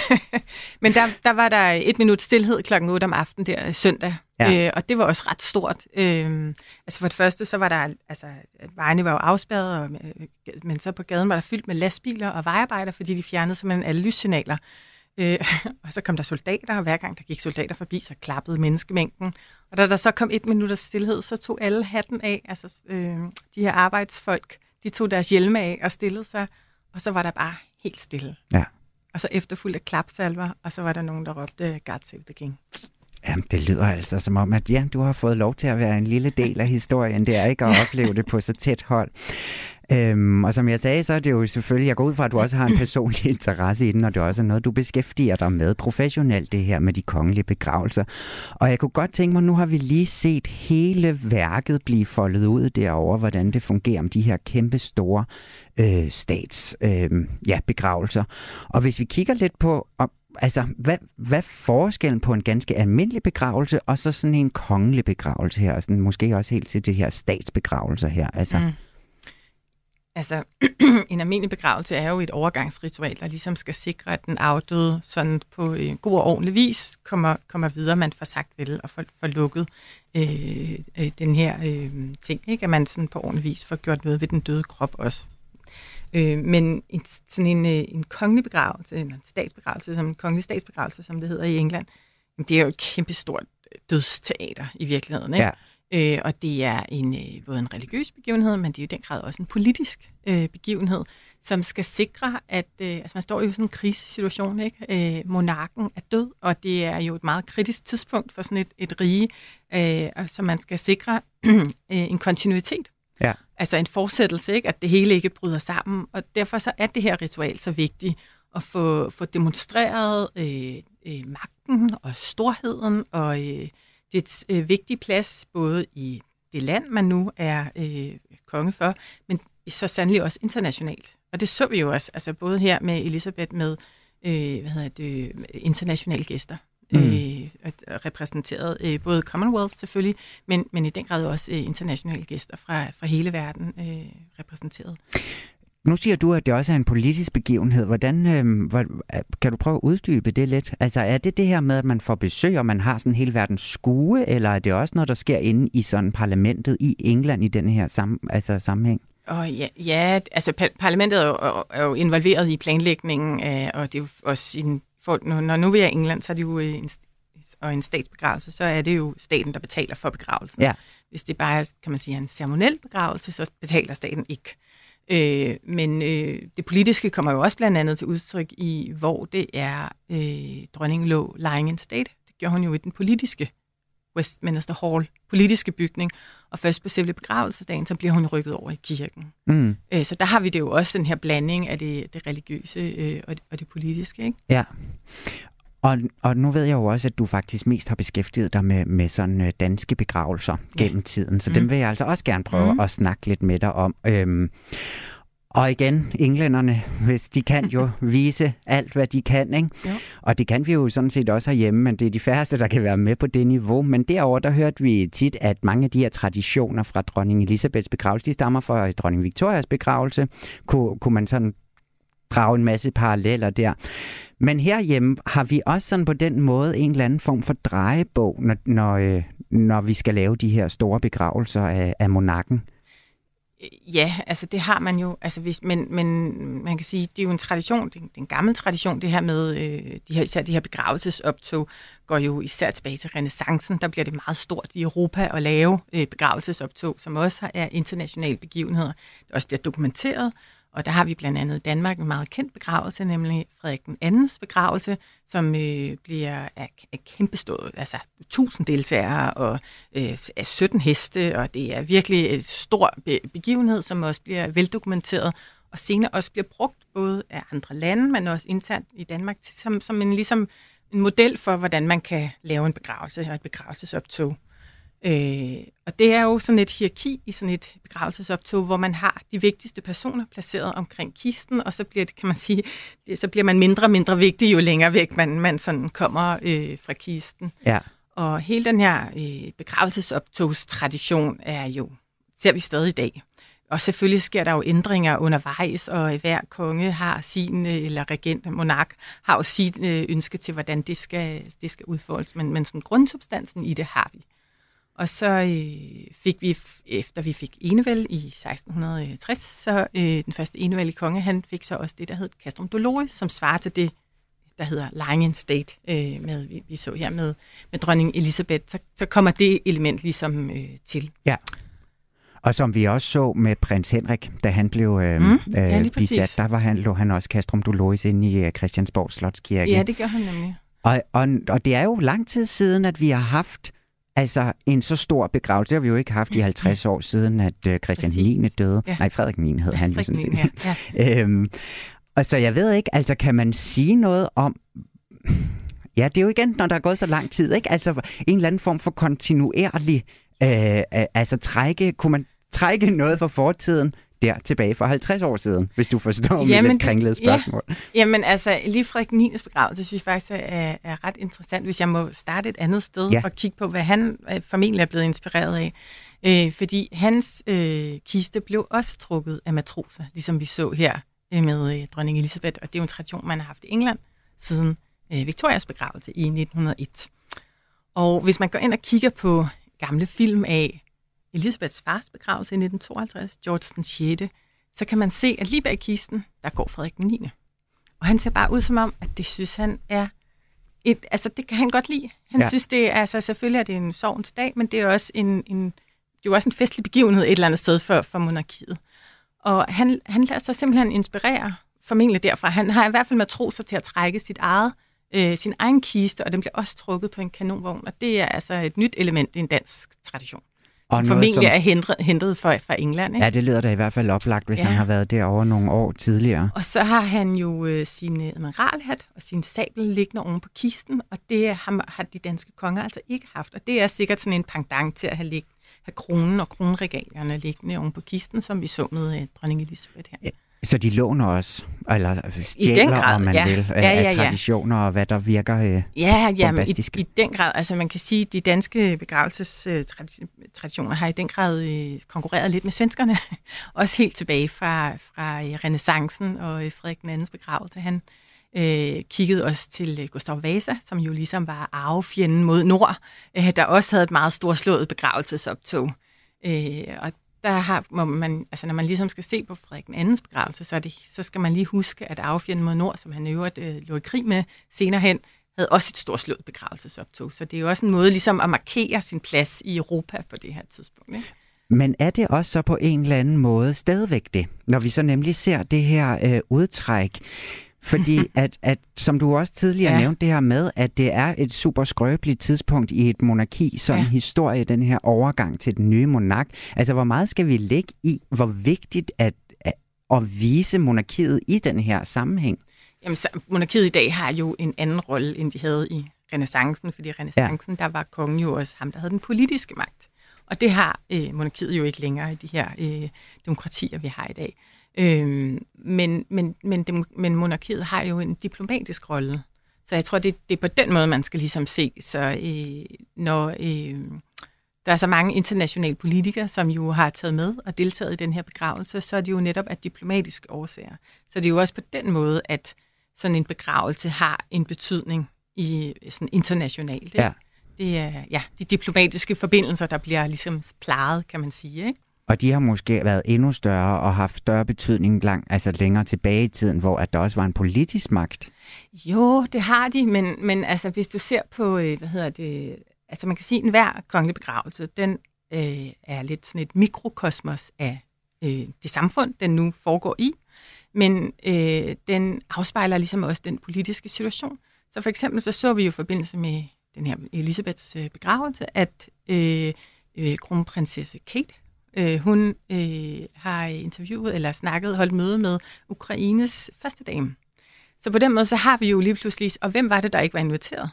Men der, der var der et minut stillhed klokken otte om aftenen der søndag, ja. øh, og det var også ret stort. Øh, altså for det første, så var der, altså vejene var jo afspærret, og, men så på gaden var der fyldt med lastbiler og vejarbejder, fordi de fjernede simpelthen alle lyssignaler. Øh, og så kom der soldater, og hver gang der gik soldater forbi, så klappede menneskemængden. Og da der så kom et minutters stillhed, så tog alle hatten af, altså øh, de her arbejdsfolk, de tog deres hjelme af og stillede sig, og så var der bare helt stille. Ja. Og så efterfulgt af klapsalver, og så var der nogen, der råbte, God save the king. Jamen, det lyder altså som om, at ja, du har fået lov til at være en lille del af historien. Det er ikke at opleve det på så tæt hold. Øhm, og som jeg sagde, så er det jo selvfølgelig, jeg går ud fra, at du også har en personlig interesse i den, og det er også noget, du beskæftiger dig med professionelt, det her med de kongelige begravelser. Og jeg kunne godt tænke mig, nu har vi lige set hele værket blive foldet ud derovre, hvordan det fungerer om de her kæmpe store øh, stats øh, ja, begravelser. Og hvis vi kigger lidt på, om, altså, hvad, hvad er forskellen på en ganske almindelig begravelse, og så sådan en kongelig begravelse her, og sådan, måske også helt til det her statsbegravelser her, altså... Mm. Altså, en almindelig begravelse er jo et overgangsritual, der ligesom skal sikre, at den afdøde sådan på en god og ordentlig vis kommer, kommer videre, man får sagt vel og får, får lukket øh, øh, den her øh, ting, ikke? At man sådan på ordentlig vis får gjort noget ved den døde krop også. Øh, men en, sådan en, en kongelig begravelse, en statsbegravelse, som en kongelig statsbegravelse, som det hedder i England, det er jo et kæmpestort dødsteater i virkeligheden, ikke? Ja. Øh, og det er en, øh, både en religiøs begivenhed, men det er jo i den grad også en politisk øh, begivenhed, som skal sikre, at øh, altså man står i sådan en krisesituation, ikke? Øh, monarken er død, og det er jo et meget kritisk tidspunkt for sådan et, et rige, øh, så man skal sikre øh, en kontinuitet. Ja. Altså en fortsættelse, ikke? At det hele ikke bryder sammen, og derfor så er det her ritual så vigtigt at få, få demonstreret øh, øh, magten og storheden og øh, det er et vigtig plads både i det land, man nu er øh, konge for, men så sandelig også internationalt. Og det så vi jo også, altså både her med Elisabeth med øh, hvad hedder det, internationale gæster, mm. øh, repræsenteret øh, både Commonwealth selvfølgelig, men, men i den grad også øh, internationale gæster fra, fra hele verden øh, repræsenteret. Nu siger du, at det også er en politisk begivenhed. Hvordan øh, hvor, kan du prøve at uddybe det lidt? Altså er det det her med, at man får besøg, og man har sådan hele verdens skue, eller er det også noget, der sker inde i sådan parlamentet i England i den her sam, altså, sammenhæng? Oh, ja, ja, altså pa- parlamentet er jo, er jo involveret i planlægningen, øh, og det er jo også en, for, når, når nu vi er i England, så er det jo en, og en statsbegravelse, så er det jo staten, der betaler for begravelsen. Ja. Hvis det bare er, kan man sige, en ceremoniel begravelse, så betaler staten ikke. Øh, men øh, det politiske kommer jo også blandt andet til udtryk i, hvor det er øh, dronningen lå lying in state. Det gjorde hun jo i den politiske Westminster Hall, politiske bygning, og først på selve begravelsesdagen, så bliver hun rykket over i kirken. Mm. Øh, så der har vi det jo også, den her blanding af det, det religiøse øh, og, det, og det politiske, ikke? Ja. Og, og nu ved jeg jo også, at du faktisk mest har beskæftiget dig med, med sådan danske begravelser gennem ja. tiden, så mm. dem vil jeg altså også gerne prøve mm. at snakke lidt med dig om. Øhm, og igen, englænderne, hvis de kan jo vise alt, hvad de kan, ikke? Jo. Og det kan vi jo sådan set også herhjemme, men det er de færreste, der kan være med på det niveau. Men derover der hørte vi tit, at mange af de her traditioner fra dronning Elisabeths begravelse, de stammer fra dronning Victorias begravelse. Kunne, kunne man sådan drage en masse paralleller der. Men herhjemme har vi også sådan på den måde en eller anden form for drejebog, når, når, når vi skal lave de her store begravelser af, af monarken. Ja, altså det har man jo, altså hvis, men, men man kan sige, det er jo en tradition, det er en gammel tradition, det her med, øh, de her, især de her begravelsesoptog, går jo især tilbage til renæssancen, der bliver det meget stort i Europa at lave øh, begravelsesoptog, som også er internationale begivenheder, det også bliver dokumenteret, og der har vi blandt andet i Danmark en meget kendt begravelse, nemlig Frederik den andens begravelse, som øh, bliver af, af kæmpestort, altså tusind deltagere og øh, sytten heste, og det er virkelig et stor be- begivenhed, som også bliver veldokumenteret, og senere også bliver brugt både af andre lande, men også internt i Danmark, som, som en, ligesom en model for, hvordan man kan lave en begravelse og et begravelsesoptog. Øh, og det er jo sådan et hierarki i sådan et begravelsesoptog, hvor man har de vigtigste personer placeret omkring kisten, og så bliver det, kan man sige, det, så bliver man mindre og mindre vigtig, jo længere væk man, man sådan kommer øh, fra kisten. Ja. Og hele den her øh, begravelsesoptogstradition er jo, ser vi stadig i dag. Og selvfølgelig sker der jo ændringer undervejs, og hver konge har sin, eller regent, monark, har jo sit øh, ønske til, hvordan det skal, det skal udfoldes, men, men sådan grundsubstansen i det har vi. Og så øh, fik vi, efter vi fik enevælde i seksten tres, så øh, den første enevældige konge, han fik så også det, der hed Castrum Doloris, som svarer til det, der hedder lying in state, øh, med, vi, vi så her med, med dronning Elisabeth. Så, så kommer det element ligesom øh, til. Ja. Og som vi også så med prins Henrik, da han blev øh, mm, ja, øh, bisat, der var han, lå han også Castrum Doloris inde i Christiansborg Slotskirke. Ja, det gør han nemlig. Og, og, og det er jo lang tid siden, at vi har haft Altså, en så stor begravelse, det har vi jo ikke haft i halvtreds år siden, at uh, Christian niende døde. Ja. Nej, Frederik niende hed han jo sådan set. Ja. Ja. øhm, og så jeg ved ikke, altså kan man sige noget om... Ja, det er jo igen, når der er gået så lang tid, ikke? Altså en eller anden form for kontinuerlig... Øh, øh, altså trække... Kunne man trække noget fra fortiden der tilbage for halvtreds år siden, hvis du forstår mit lidt kringlede spørgsmål? Ja. Jamen altså, lige Frederik niendes begravelse, synes jeg faktisk er, er ret interessant, hvis jeg må starte et andet sted ja. og kigge på, hvad han formentlig er blevet inspireret af. Øh, fordi hans øh, kiste blev også trukket af matroser, ligesom vi så her øh, med øh, dronning Elisabeth, og det er jo en tradition, man har haft i England siden øh, Victorias begravelse i nitten hundrede og et. Og hvis man går ind og kigger på gamle film af Elisabeths fars begravelse i nitten tooghalvtreds, George den sjette, så kan man se, at lige bag kisten, der går Frederik den niende. Og han ser bare ud som om, at det synes han er et, altså det kan han godt lide. Han ja. synes det er, altså selvfølgelig er det en sorgens dag, men det er også en, en, det er også en festlig begivenhed et eller andet sted for, for monarkiet. Og han, han lader sig simpelthen inspirere, formentlig derfra. Han har i hvert fald matroser til at trække sit eget, øh, sin egen kiste, og den bliver også trukket på en kanonvogn, og det er altså et nyt element i en dansk tradition. Og formentlig som... er hentet, hentet fra, fra England. Ikke? Ja, det lyder da i hvert fald oplagt, hvis ja. han har været derovre nogle år tidligere. Og så har han jo øh, sin admiralhat og sin sabel liggende oven på kisten, og det har, har de danske konger altså ikke haft. Og det er sikkert sådan en pendant til at have, lig, have kronen og kronregalierne liggende oven på kisten, som vi så med øh, dronning Elisabeth her. Ja. Så de låner også, eller stjæler, om man ja. vil, ja, ja, ja. af traditioner og hvad der virker øh, ja, ja, bombastisk. I, i den grad, altså man kan sige, at de danske begravelsestraditioner har i den grad øh, konkurreret lidt med svenskerne. Også helt tilbage fra, fra øh, renæssancen og øh, Frederik den andens begravelse. Han øh, kiggede også til øh, Gustav Vasa, som jo ligesom var arvefjenden mod nord, øh, der også havde et meget storslået begravelsesoptog. Øh, og Der har, må man, altså når man ligesom skal se på Frederik den andens begravelse, så, er det, så skal man lige huske, at arvefjenden mod nord, som han i øvrigt øh, lå i krig med senere hen, havde også et stort slået begravelsesoptog. Så det er jo også en måde ligesom at markere sin plads i Europa på det her tidspunkt. Ikke? Men er det også så på en eller anden måde stadigvæk det, når vi så nemlig ser det her øh, udtræk? Fordi, at, at, som du også tidligere ja. nævnte det her med, at det er et super skrøbeligt tidspunkt i et monarki, som ja. historie, den her overgang til den nye monark. Altså, hvor meget skal vi lægge i, hvor vigtigt at, at, at vise monarkiet i den her sammenhæng? Jamen, så, monarkiet i dag har jo en anden rolle, end de havde i renæssancen, fordi i renæssancen, ja. der var kongen jo også ham, der havde den politiske magt. Og det har øh, monarkiet jo ikke længere i de her øh, demokratier, vi har i dag. Øhm, men, men, men, dem, men monarkiet har jo en diplomatisk rolle. Så jeg tror, det, det er på den måde, man skal ligesom se. Så øh, når øh, der er så mange internationale politikere, som jo har taget med og deltaget i den her begravelse, så er det jo netop af diplomatiske årsager. Så det er jo også på den måde, at sådan en begravelse har en betydning i sådan internationalt. Ikke? Ja. Det er ja, de diplomatiske forbindelser, der bliver ligesom plejet, kan man sige, ikke? Og de har måske været endnu større og haft større betydning lang, altså længere tilbage i tiden, hvor at der også var en politisk magt. Jo, det har de, men, men altså, hvis du ser på, hvad hedder det, altså man kan sige, at enhver kongelig begravelse, den øh, er lidt sådan et mikrokosmos af øh, det samfund, den nu foregår i, men øh, den afspejler ligesom også den politiske situation. Så for eksempel så så vi jo i forbindelse med den her Elisabeths øh, begravelse, at øh, øh, kronprinsesse Kate, Øh, hun øh, har interviewet eller snakket, holdt møde med Ukraines første dame. Så på den måde, så har vi jo lige pludselig, og hvem var det, der ikke var inviteret?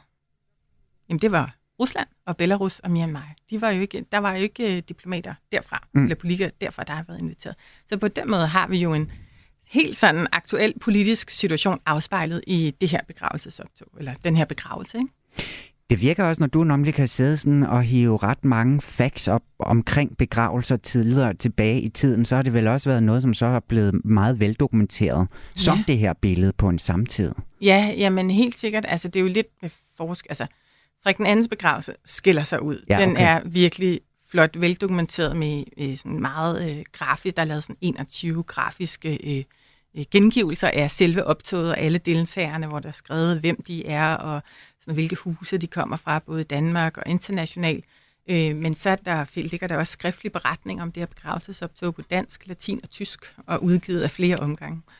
Jamen det var Rusland og Belarus og Myanmar. De var jo ikke, der var jo ikke diplomater derfra, mm. eller politikere derfra, der har været inviteret. Så på den måde har vi jo en helt sådan aktuel politisk situation afspejlet i det her begravelsesoptog, eller den her begravelse, ikke? Det virker også, når du nemlig kan sidde sådan og hive ret mange facts op omkring begravelser tidligere tilbage i tiden, så har det vel også været noget, som så er blevet meget veldokumenteret, som ja. det her billede på en samtid. Ja, jamen helt sikkert. Altså det er jo lidt med forsk... Altså Frederik den andens begravelse skiller sig ud. Ja, okay. Den er virkelig flot veldokumenteret med øh, sådan meget øh, grafisk. Der er lavet sådan enogtyve grafiske øh, gengivelser af selve optoget og alle deltagerne, hvor der er skrevet, hvem de er og sådan, hvilke huse de kommer fra, både i Danmark og internationalt. Øh, men så der, ligger der også skriftlige beretninger om det her begravelsesoptog på dansk, latin og tysk, og udgivet af flere omgange.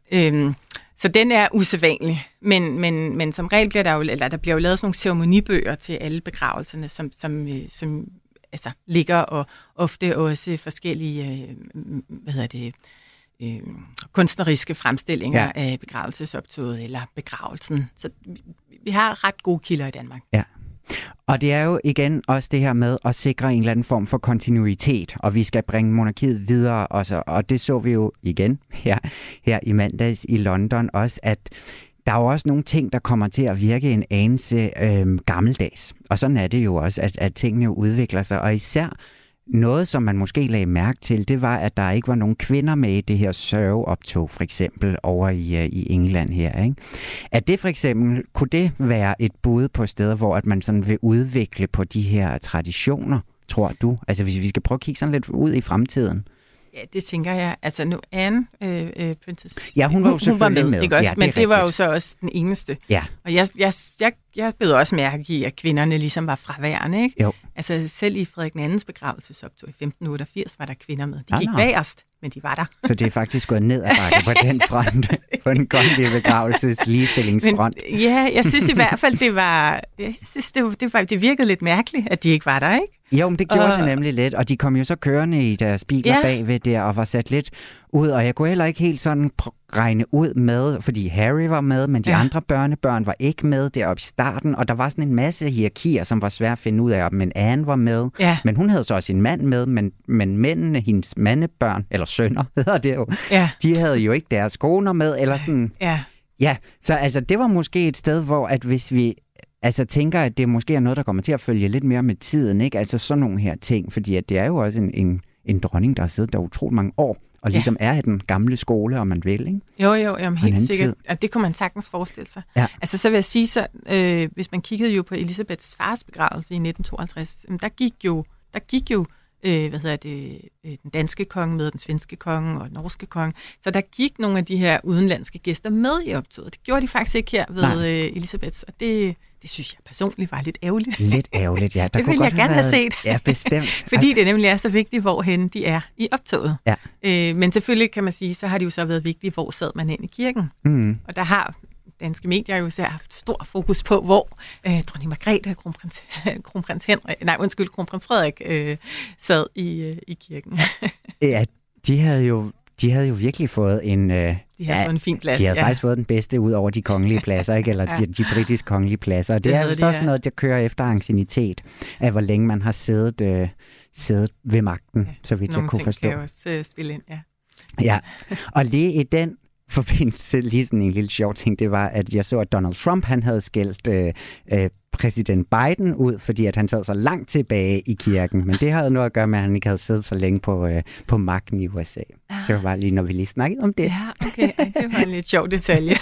Øhm, så den er usædvanlig, men, men, men som regel bliver der jo, eller der bliver jo lavet sådan nogle ceremonibøger til alle begravelserne, som, som, som altså, ligger og ofte også forskellige, hvad hedder det, øh, kunstneriske fremstillinger ja. af begravelsesoptoget eller begravelsen. Så vi har ret gode kilder i Danmark. Ja. Og det er jo igen også det her med at sikre en eller anden form for kontinuitet, og vi skal bringe monarkiet videre også. Og det så vi jo igen her, her i mandags i London også, at der er jo også nogle ting, der kommer til at virke en anelse øh, gammeldags. Og sådan er det jo også, at, at tingene jo udvikler sig. Og især noget, som man måske lagde mærke til, det var, at der ikke var nogen kvinder med i det her sørgeoptog, for eksempel over i, i England her. Ikke? At det for eksempel, kunne det være et bud på steder, hvor at man sådan vil udvikle på de her traditioner, tror du? Altså hvis vi skal prøve at kigge sådan lidt ud i fremtiden. Ja, det tænker jeg. Altså nu Anne, øh, øh, Princess... Ja, hun var jo selvfølgelig hun var med, med. Ikke også? Ja, det men det rigtigt. var jo så også den eneste. Ja. Og jeg, jeg, jeg, jeg bed også mærke i, at kvinderne ligesom var fraværende. Ikke? Jo. Altså selv i Frederik den andens begravelsesoptog i femten otteogfirs var der kvinder med. De gik ah, bagerst, men de var der. Så det er faktisk gået ned ad bakke på den front, på den kongelige begravelses ligestillingsfront. Men, ja, jeg synes i hvert fald, det var... Jeg synes, det, det, var, det virkede lidt mærkeligt, at de ikke var der, ikke? Jo, men det gjorde og... det nemlig lidt, og de kom jo så kørende i deres biler ja. bagved der og var sat lidt ud, og jeg kunne heller ikke helt sådan regne ud med, fordi Harry var med, men de ja. andre børnebørn var ikke med deroppe i starten, og der var sådan en masse hierarkier, som var svære at finde ud af, men Anne var med, ja. men hun havde så også sin mand med, men, men mændene, hendes mandebørn, eller sønner, hedder det jo, ja. de havde jo ikke deres koner med, eller sådan. Ja. Ja, så altså det var måske et sted, hvor at hvis vi altså tænker, at det måske er noget, der kommer til at følge lidt mere med tiden, ikke? Altså sådan nogle her ting, fordi at det er jo også en, en, en dronning, der har siddet der utroligt mange år, og ligesom ja. er i den gamle skole, om man vil, ikke? Jo, jo, jamen, helt sikkert. Og det kunne man sagtens forestille sig. Ja. Altså så vil jeg sige, så, øh, hvis man kiggede jo på Elisabeths fars begravelse i nitten tooghalvtreds, der gik jo, der gik jo øh, hvad hedder det, øh, den danske konge med, den svenske konge og den norske konge. Så der gik nogle af de her udenlandske gæster med i optoget. Det gjorde de faktisk ikke her ved øh, Elisabeth, og det... Det synes jeg personligt var lidt ærgerligt. Lidt ærgerligt, ja. Der det ville jeg gerne have, have set. Ja, bestemt. Fordi det nemlig er så vigtigt, hvorhen de er i optoget. Ja. Øh, men selvfølgelig kan man sige, så har det jo så været vigtigt, hvor sad man ind i kirken. Mm. Og der har danske medier jo så haft stor fokus på, hvor øh, dronning Margrethe og kronprins, kronprins Henrik, nej undskyld, kronprins Frederik øh, sad i, øh, i kirken. Ja, de havde jo De havde jo virkelig fået en... Øh, de havde ja, fået en fin plads, De havde ja. faktisk fået den bedste ud over de kongelige pladser, ikke? Eller ja. de, de britiske kongelige pladser. Og det, det er jo de, også ja. noget, der kører efter anciennitet, af hvor længe man har siddet, øh, siddet ved magten, ja, så vidt jeg kunne forstå. Nogle ting kan jo også uh, spille ind, ja. Ja, og lige i den forbindelse, lige sådan en lille sjov ting, det var, at jeg så, at Donald Trump, han havde skældt øh, øh, præsident Biden ud, fordi at han sad så langt tilbage i kirken. Men det havde noget at gøre med, at han ikke havde siddet så længe på, øh, på magten i U S A. Ah. Det var bare lige, når vi lige snakkede om det. Ja, okay. Det var en lidt sjov detalje.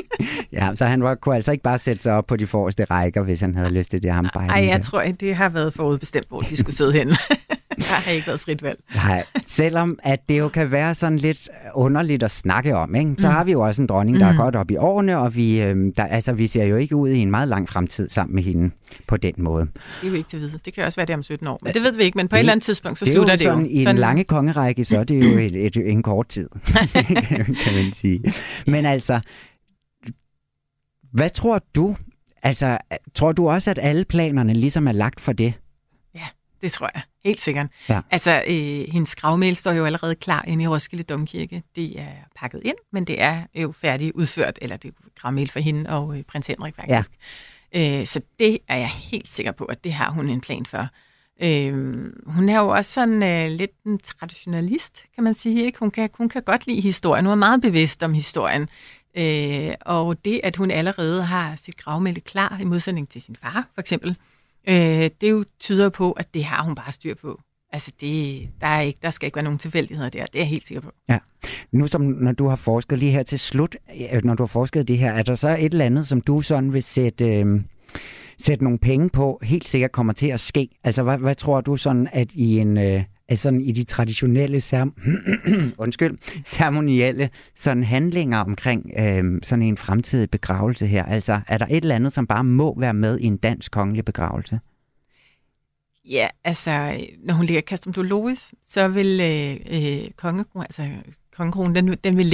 Ja, så han var, kunne altså ikke bare sætte sig op på de forreste rækker, hvis han havde lyst til det, ham Biden. Ej, jeg der. tror, at det har været forudbestemt, hvor de skulle sidde hen. Der har ikke været frit valg. Nej, selvom at det jo kan være sådan lidt underligt at snakke om, ikke? Så mm. har vi jo også en dronning, der mm. er godt op i årene, og vi, øh, der, altså, vi ser jo ikke ud i en meget lang fremtid sammen med hende på den måde. Det er jo ikke til at vide. Det kan også være det om sytten år, men det ved vi ikke. Men på det, et eller andet tidspunkt, så slutter det jo. Sådan, i sådan... en lange kongerække, så er det jo et, et, en kort tid, kan man sige. Men altså, hvad tror du? Altså, tror du også, at alle planerne ligesom er lagt for det? Ja, det tror jeg. Helt sikkert. Ja. Altså, øh, hendes gravmæl står jo allerede klar inde i Roskilde Domkirke. Det er pakket ind, men det er jo færdigt udført, eller det er gravmæl for hende og øh, prins Henrik faktisk. Ja. Øh, så det er jeg helt sikker på, at det har hun en plan for. Øh, hun er jo også sådan øh, lidt en traditionalist, kan man sige. Ikke? Hun, kan, hun kan godt lide historien. Hun er meget bevidst om historien. Øh, og det, at hun allerede har sit gravmæl klar, i modsætning til sin far, for eksempel, Øh, det jo tyder på, at det har hun bare styr på. Altså, det, der, er ikke, der skal ikke være nogen tilfældigheder der. Det er jeg helt sikker på. Ja. Nu som når du har forsket lige her til slut, når du har forsket det her, er der så et eller andet, som du sådan vil sætte, øh, sætte nogle penge på, helt sikkert kommer til at ske? Altså, hvad, hvad tror du sådan, at i en... Øh, Altså sådan i de traditionelle cer- undskyld, ceremonielle sådan handlinger omkring øh, sådan en fremtidig begravelse her? Altså, er der et eller andet, som bare må være med i en dansk kongelig begravelse? Ja, altså, når hun ligger Castrum Dolores, så vil øh, kongekronen, altså kongekronen, den, den vil ligge der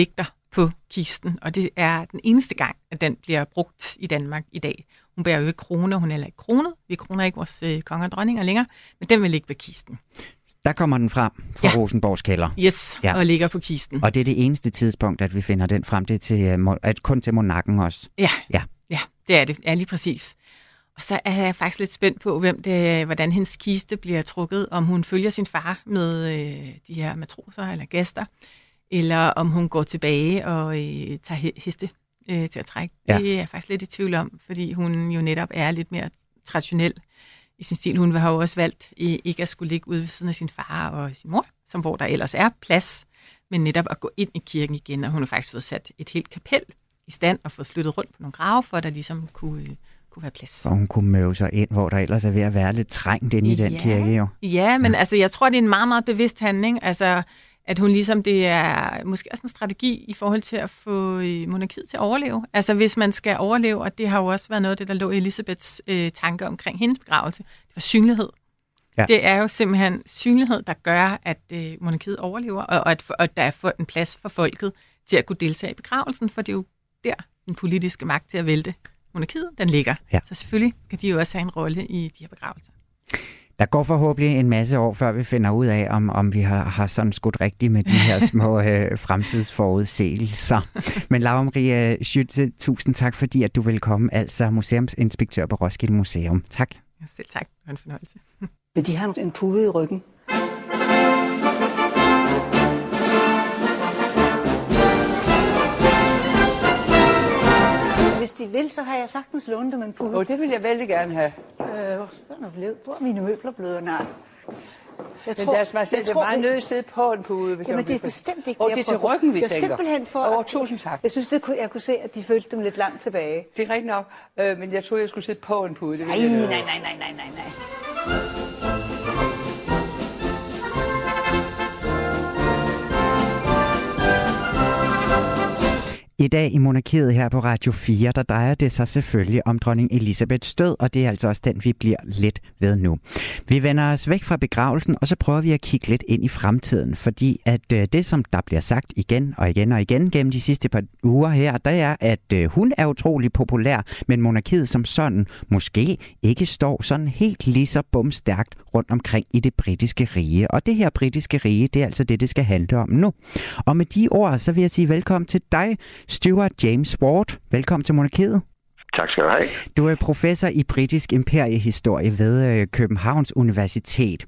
på kisten, og det er den eneste gang, at den bliver brugt i Danmark i dag. Hun bærer jo ikke kroner, hun er heller ikke kronet. Vi kroner ikke vores øh, konger og dronninger længere, men den vil ligge ved kisten. Der kommer den frem fra ja. Rosenborgs kælder. Yes, ja. Og ligger på kisten. Og det er det eneste tidspunkt, at vi finder den frem. Det er til, at kun til monarken også. Ja, ja. ja det er det. Ja, lige præcis. Og så er jeg faktisk lidt spændt på, hvem det, hvordan hendes kiste bliver trukket. Om hun følger sin far med øh, de her matroser eller gæster, eller om hun går tilbage og øh, tager heste øh, til at trække. Ja. Det er jeg faktisk lidt i tvivl om, fordi hun jo netop er lidt mere traditionel i sin stil. Hun har jo også valgt ikke at skulle ligge ude ved siden af sin far og sin mor, som hvor der ellers er plads, men netop at gå ind i kirken igen, og hun har faktisk fået sat et helt kapel i stand og fået flyttet rundt på nogle grave, for at der ligesom kunne, kunne være plads. Og hun kunne møve sig ind, hvor der ellers er ved at være lidt trængt inde i ja. den kirke jo. Ja, men ja. altså jeg tror, det er en meget, meget bevidst handling, altså at hun ligesom, det er måske også en strategi i forhold til at få monarkiet til at overleve. Altså hvis man skal overleve, og det har jo også været noget af det, der lå i Elisabeths øh, tanker omkring hendes begravelse, det var synlighed. Ja. Det er jo simpelthen synlighed, der gør, at øh, monarkiet overlever, og, og, at, og at der er en plads for folket til at kunne deltage i begravelsen, for det er jo der, den politiske magt til at vælte monarkiet, den ligger. Ja. Så selvfølgelig skal de jo også have en rolle i de her begravelser. Der går forhåbentlig en masse år, før vi finder ud af, om, om vi har, har sådan skudt rigtigt med de her små øh, fremtidsforudsigelser. Men Laura Marie Schütze, tusind tak, fordi at du vil komme, altså museumsinspektør på Roskilde Museum. Tak. Ja, selv tak. Det var en fornøjelse. De har en pude i ryggen. Hvis de vil, så har jeg sagtens lånt dem en pude. Og det vil jeg vældig gerne have. Øh, hvor er mine møbler blevet? Nej. Jeg tror, men lad os bare sige, det er meget nødt til at sidde på en pude. Hvis jamen, det er bestemt ikke og det er til ryggen, vi jeg tænker. Simpelthen for... Og tusind tak. Jeg synes, det kunne, jeg kunne se, at de følte dem lidt langt tilbage. Det er rigtigt nok, øh, men jeg troede, jeg skulle sidde på en pude. Det nej, nej, nej, nej, nej, nej, nej. I dag i Monarkiet her på Radio fire, der drejer det sig selvfølgelig om dronning Elisabeths død, og det er altså også den, vi bliver lidt ved nu. Vi vender os væk fra begravelsen, og så prøver vi at kigge lidt ind i fremtiden, fordi at øh, det, som der bliver sagt igen og igen og igen gennem de sidste par uger her, der er, at øh, hun er utrolig populær, men monarkiet som sådan måske ikke står sådan helt lige så bumstærkt rundt omkring i det britiske rige. Og det her britiske rige, det er altså det, det skal handle om nu. Og med de ord, så vil jeg sige velkommen til dig, Stuart James Ward. Velkommen til Monarkiet. Tak skal du have. Du er professor i britisk imperiehistorie ved Københavns Universitet.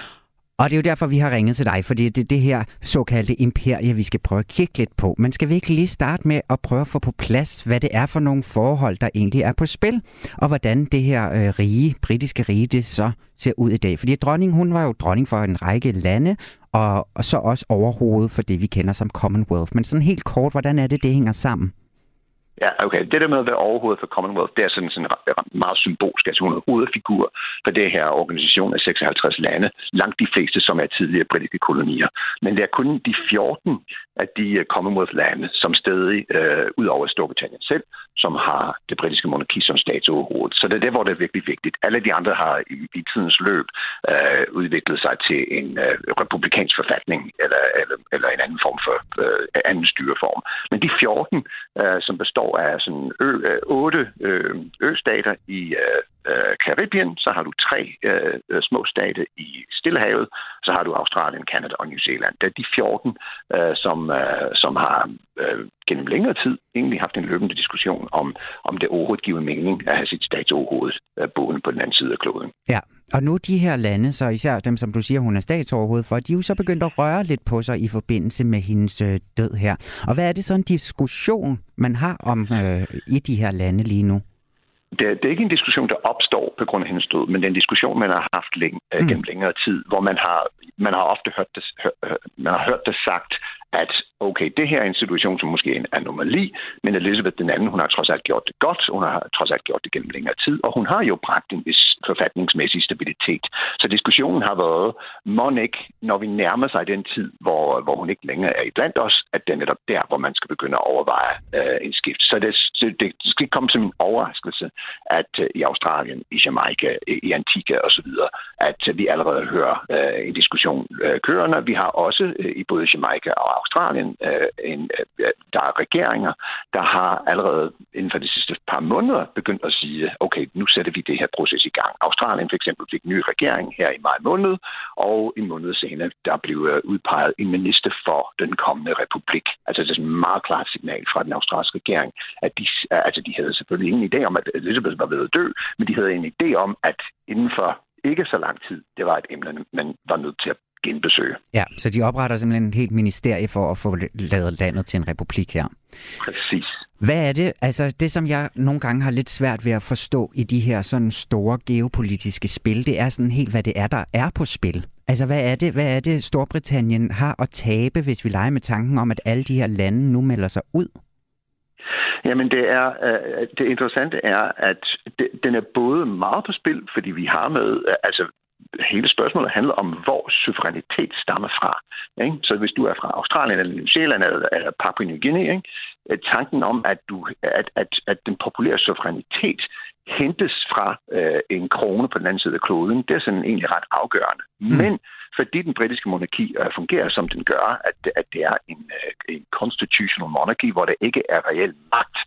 Og det er jo derfor, vi har ringet til dig, fordi det er det her såkaldte imperie, vi skal prøve at kigge lidt på. Men skal vi ikke lige starte med at prøve at få på plads, hvad det er for nogle forhold, der egentlig er på spil, og hvordan det her øh, rige, britiske rige, det så ser ud i dag? Fordi dronningen, hun var jo dronning for en række lande, og, og så også overhovedet for det, vi kender som Commonwealth. Men sådan helt kort, hvordan er det, det hænger sammen? Ja, okay. Det der med at være overhovedet for Commonwealth, det er sådan, sådan meget symbolsk. Altså hun er hovedfigur for det her organisation af seksoghalvtreds lande. Langt de fleste, som er tidligere britiske kolonier. Men det er kun de fjorten af de Commonwealth-lande, som stadig, øh, ud over Storbritannien selv, som har det britiske monarki som statsoverhoved. Så det er der, hvor det er virkelig vigtigt. Alle de andre har i, i tidens løb øh, udviklet sig til en øh, republikansk forfatning eller, eller, eller en anden form for øh, anden styreform. Men de fjorten, øh, som består af sådan ø, øh, otte øh, østater i øh, Karibien, så har du tre øh, små stater i Stillehavet, så har du Australien, Canada og New Zealand. Det er de fjorten, øh, som, øh, som har øh, gennem længere tid egentlig haft en løbende diskussion om, om det overhovedet giver mening at have sit statsoverhoved øh, boende på den anden side af kloden. Ja, og nu de her lande, så især dem, som du siger, hun er statsoverhoved for, de er jo så begyndt at røre lidt på sig i forbindelse med hendes øh, død her. Og hvad er det så en diskussion, man har om øh, i de her lande lige nu? Det, det er ikke en diskussion, der opstår på grund af hendes død, men det er en diskussion, man har haft længe, øh, gennem mm. længere tid, hvor man har, man har ofte hørt det, hør, man har hørt det sagt, at okay, det her er en situation, som måske er en anomali, men Elizabeth den anden, hun har trods alt gjort det godt, hun har trods alt gjort det gennem længere tid, og hun har jo bragt en vis forfatningsmæssig stabilitet. Så diskussionen har været, må ikke, når vi nærmer sig den tid, hvor, hvor hun ikke længere er i blandt os, at det er netop der, hvor man skal begynde at overveje øh, en skift. Så det, det skal ikke komme som en overraskelse, at øh, i Australien, i Jamaica, i Antigua osv., at øh, vi allerede hører øh, en diskussion øh, kørende. Vi har også øh, i både Jamaica og Australien en, øh, en, øh, der er regeringer, der har allerede inden for de sidste par måneder begyndt at sige, okay, nu sætter vi det her proces i gang. Australien for eksempel fik en ny regering her i maj måned, og en måned senere, der blev udpeget en minister for den kommende republik. Altså det er et meget klart signal fra den australske regering, at de, altså, de havde selvfølgelig ingen idé om, at Elizabeth var ved at dø, men de havde en idé om, at inden for ikke så lang tid, det var et emne, man var nødt til at genbesøge. Ja, så de opretter simpelthen en helt ministerie for at få lavet landet til en republik her. Præcis. Hvad er det, altså det som jeg nogle gange har lidt svært ved at forstå i de her sådan store geopolitiske spil, det er sådan helt, hvad det er, der er på spil. Altså hvad er det, hvad er det Storbritannien har at tabe, hvis vi leger med tanken om, at alle de her lande nu melder sig ud? Jamen det er øh, det interessante er, at det, den er både meget på spil, fordi vi har med, altså hele spørgsmålet handler om, hvor suverænitet stammer fra. Ikke? Så hvis du er fra Australien eller New Zealand eller, eller Papua New Guinea, ikke? Tanken om, at, du, at, at, at den populære suverænitet hentes fra øh, en krone på den anden side af kloden, det er sådan egentlig ret afgørende. Mm. Men fordi den britiske monarki øh, fungerer, som den gør, at, at det er en, øh, en constitutional monarchy, hvor der ikke er reel magt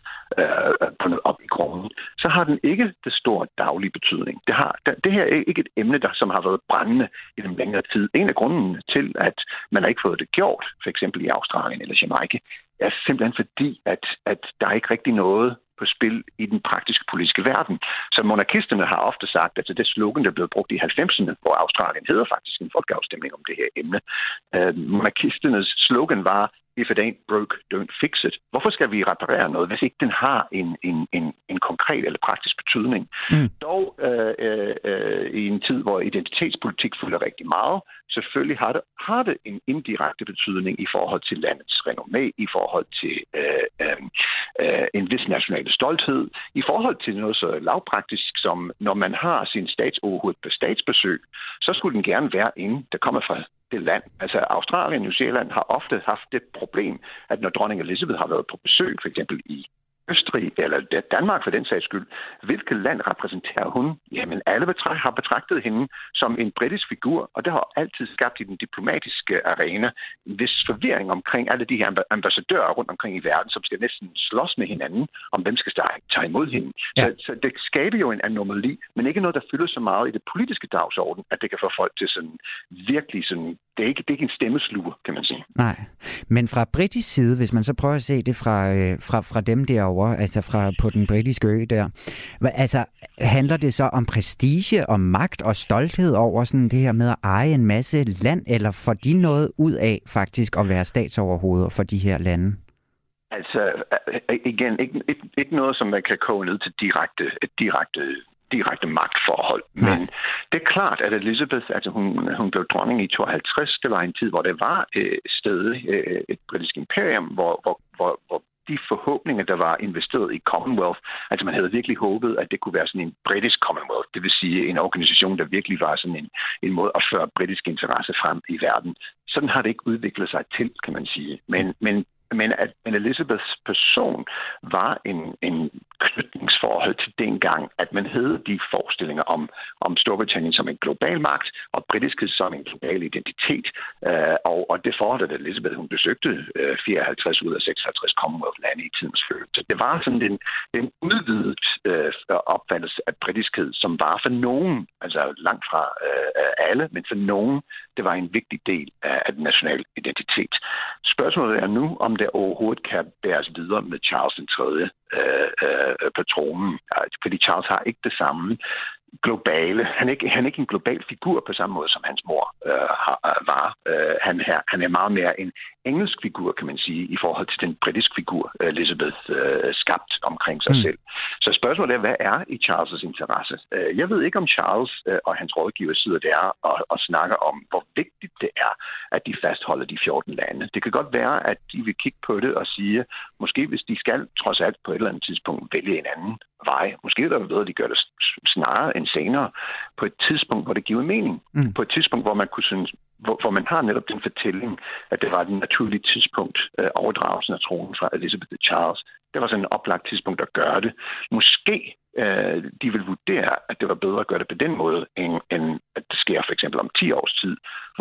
øh, op i kronen, så har den ikke det store daglige betydning. Det, har, det her er ikke et emne, der som har været brændende i den længere tid. En af grunden til, at man har ikke fået det gjort, for eksempel i Australien eller Jamaica, er simpelthen fordi, at, at der er ikke rigtig noget på spil i den praktiske politiske verden. Så monarkisterne har ofte sagt, at det slogan, der blev brugt i halvfemserne, hvor Australien hedder faktisk en folkeafstemning om det her emne. Uh, monarkisternes slogan var, if it ain't broke, don't fix it. Hvorfor skal vi reparere noget, hvis ikke den har en, en, en, en konkret eller praktisk betydning? Mm. Dog øh, øh, i en tid, hvor identitetspolitik fylder rigtig meget, selvfølgelig har det, har det en indirekte betydning i forhold til landets renommé, i forhold til øh, øh, øh, en vis national stolthed, i forhold til noget så lavpraktisk som, når man har sin statsoverhoved på statsbesøg, så skulle den gerne være en, der kommer fra det land. Altså Australien og New Zealand har ofte haft det problem, at når dronning Elizabeth har været på besøg, for eksempel i Østrig eller Danmark for den sags skyld, hvilket land repræsenterer hun? Jamen alle har betragtet hende som en britisk figur, og det har altid skabt i den diplomatiske arena en vis forvirring omkring alle de her ambassadører rundt omkring i verden, som skal næsten slås med hinanden om, hvem skal tage imod hende. Ja. Så, så det skaber jo en anomali, men ikke noget, der fylder så meget i det politiske dagsorden, at det kan få folk til sådan virkelig sådan, det er ikke, det er ikke en stemmesluger, kan man sige. Nej, men fra britisk side, hvis man så prøver at se det fra, øh, fra, fra dem derovre, altså fra på den britiske ø der, altså handler det så om prestige og magt og stolthed over sådan det her med at eje en masse land, eller får de noget ud af faktisk at være statsoverhoveder for de her lande? Altså igen, ikke, ikke, ikke noget, som man kan koge ned til direkte, et direkte direkte magtforhold. Nej. Men det er klart, at Elizabeth, altså hun, hun blev dronning i tooghalvtreds, det var en tid, hvor det var øh, stadig øh, et britisk imperium, hvor, hvor, hvor, hvor de forhåbninger, der var investeret i Commonwealth, altså man havde virkelig håbet, at det kunne være sådan en britisk Commonwealth, det vil sige en organisation, der virkelig var sådan en, en måde at føre britiske interesser frem i verden. Sådan har det ikke udviklet sig til, kan man sige. Men, men Men at Elizabeths person var en, en knytningsforhold til dengang, at man havde de forestillinger om, om Storbritannien som en global magt, og britiskhed som en global identitet. Uh, og, og det forhold, at Elizabeth hun besøgte uh, fireoghalvtreds ud af seksoghalvtreds Commonwealth-lande i tidens løb. Så det var sådan en, en udvidet uh, opfattelse af britiskhed, som var for nogen, altså langt fra uh, alle, men for nogen, det var en vigtig del af, af den nationale identitet. Spørgsmålet er nu, om det overhovedet kan bæres videre med Charles den tredje øh, øh, på tronen. Fordi Charles har ikke det samme globale. Han er ikke, han er ikke en global figur på samme måde, som hans mor øh, har, var. Øh, han, her, han er meget mere en engelsk figur, kan man sige, i forhold til den britiske figur, Elizabeth øh, skabt omkring sig mm. selv. Så spørgsmålet er, hvad er i Charles' interesse? Øh, jeg ved ikke, om Charles øh, og hans rådgiver sidder der og, og snakker om, hvor vigtigt det er, at de fastholder de fjorten lande. Det kan godt være, at de vil kigge på det og sige, måske hvis de skal trods alt på et eller andet tidspunkt vælge en anden vej. Måske er det bedre, at de gør det snarere end senere, på et tidspunkt, hvor det giver mening. Mm. På et tidspunkt, hvor man kunne synes, hvor, hvor man har netop den fortælling, at det var et naturligt tidspunkt, øh, overdragelsen af tronen fra Elizabeth til Charles. Det var sådan et oplagt tidspunkt at gøre det. Måske øh, de vil vurdere, at det var bedre at gøre det på den måde, end, end at det sker for eksempel om ti års tid, hvor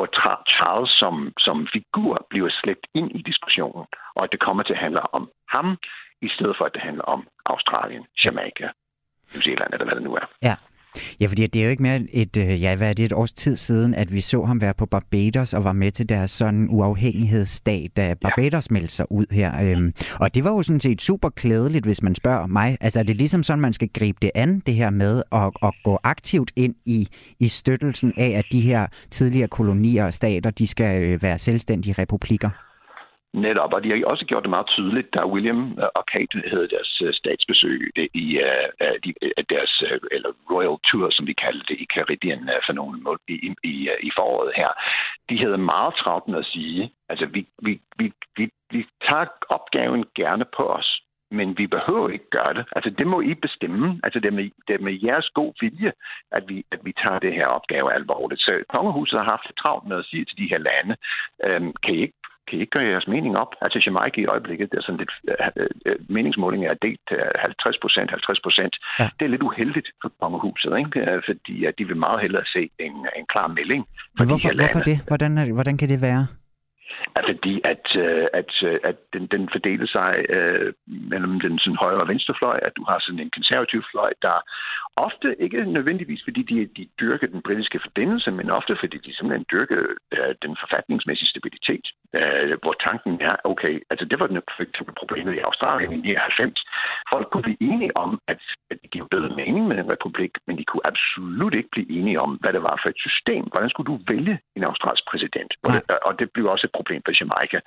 Charles som, som figur bliver slæbt ind i diskussionen, og at det kommer til at handle om ham, i stedet for at det handler om Australien, Jamaica, New Zealand, eller hvad det nu er. Ja. Ja, fordi det er jo ikke mere et, ja, hvad er det, et års tid siden, at vi så ham være på Barbados og var med til deres sådan uafhængighedsdag, da Barbados ja. meldte sig ud her. Øhm, og det var jo sådan set super klædeligt, hvis man spørger mig. Altså er det ligesom sådan, man skal gribe det an, det her med at, at gå aktivt ind i, i støttelsen af, at de her tidligere kolonier og stater, de skal være selvstændige republikker? Netop, og de har også gjort det meget tydeligt, da William og Kate havde deres statsbesøg i uh, de, deres uh, eller Royal Tour, som de kaldte det, i Caribien uh, for nogle mål i, i, i foråret her. De havde meget travlt med at sige, altså vi, vi, vi, vi, vi tager opgaven gerne på os, men vi behøver ikke gøre det. Altså det må I bestemme. Altså det er med, det er med jeres god vilje, at vi, at vi tager det her opgave alvorligt. Så kongehuset har haft travlt med at sige til de her lande, øhm, kan I ikke kan I ikke gøre jeres mening op? Altså Jamaica i øjeblikket, det er sådan lidt, øh, øh, meningsmålingen er delt til halvtreds procent, halvtreds procent. Ja. Det er lidt uheldigt for kongehuset, ikke? Fordi at de vil meget hellere se en, en klar melding. Men hvorfor, hvorfor det? Hvordan, er, hvordan kan det være? Fordi at, at, at den, den fordeler sig øh, mellem den sådan, højre og venstre fløj, at du har sådan en konservativ fløj, der ofte ikke nødvendigvis, fordi de, de dyrker den britiske forbindelse, men ofte fordi de simpelthen dyrker øh, den forfatningsmæssige stabilitet, øh, hvor tanken er, okay, altså det var den problemet i Australien i nioghalvfems. Folk kunne blive enige om, at, at det giver bedre mening med en republik, men de kunne absolut ikke blive enige om, hvad det var for et system. Hvordan skulle du vælge en australsk præsident? Og, og det blev også et problem for Jamaica.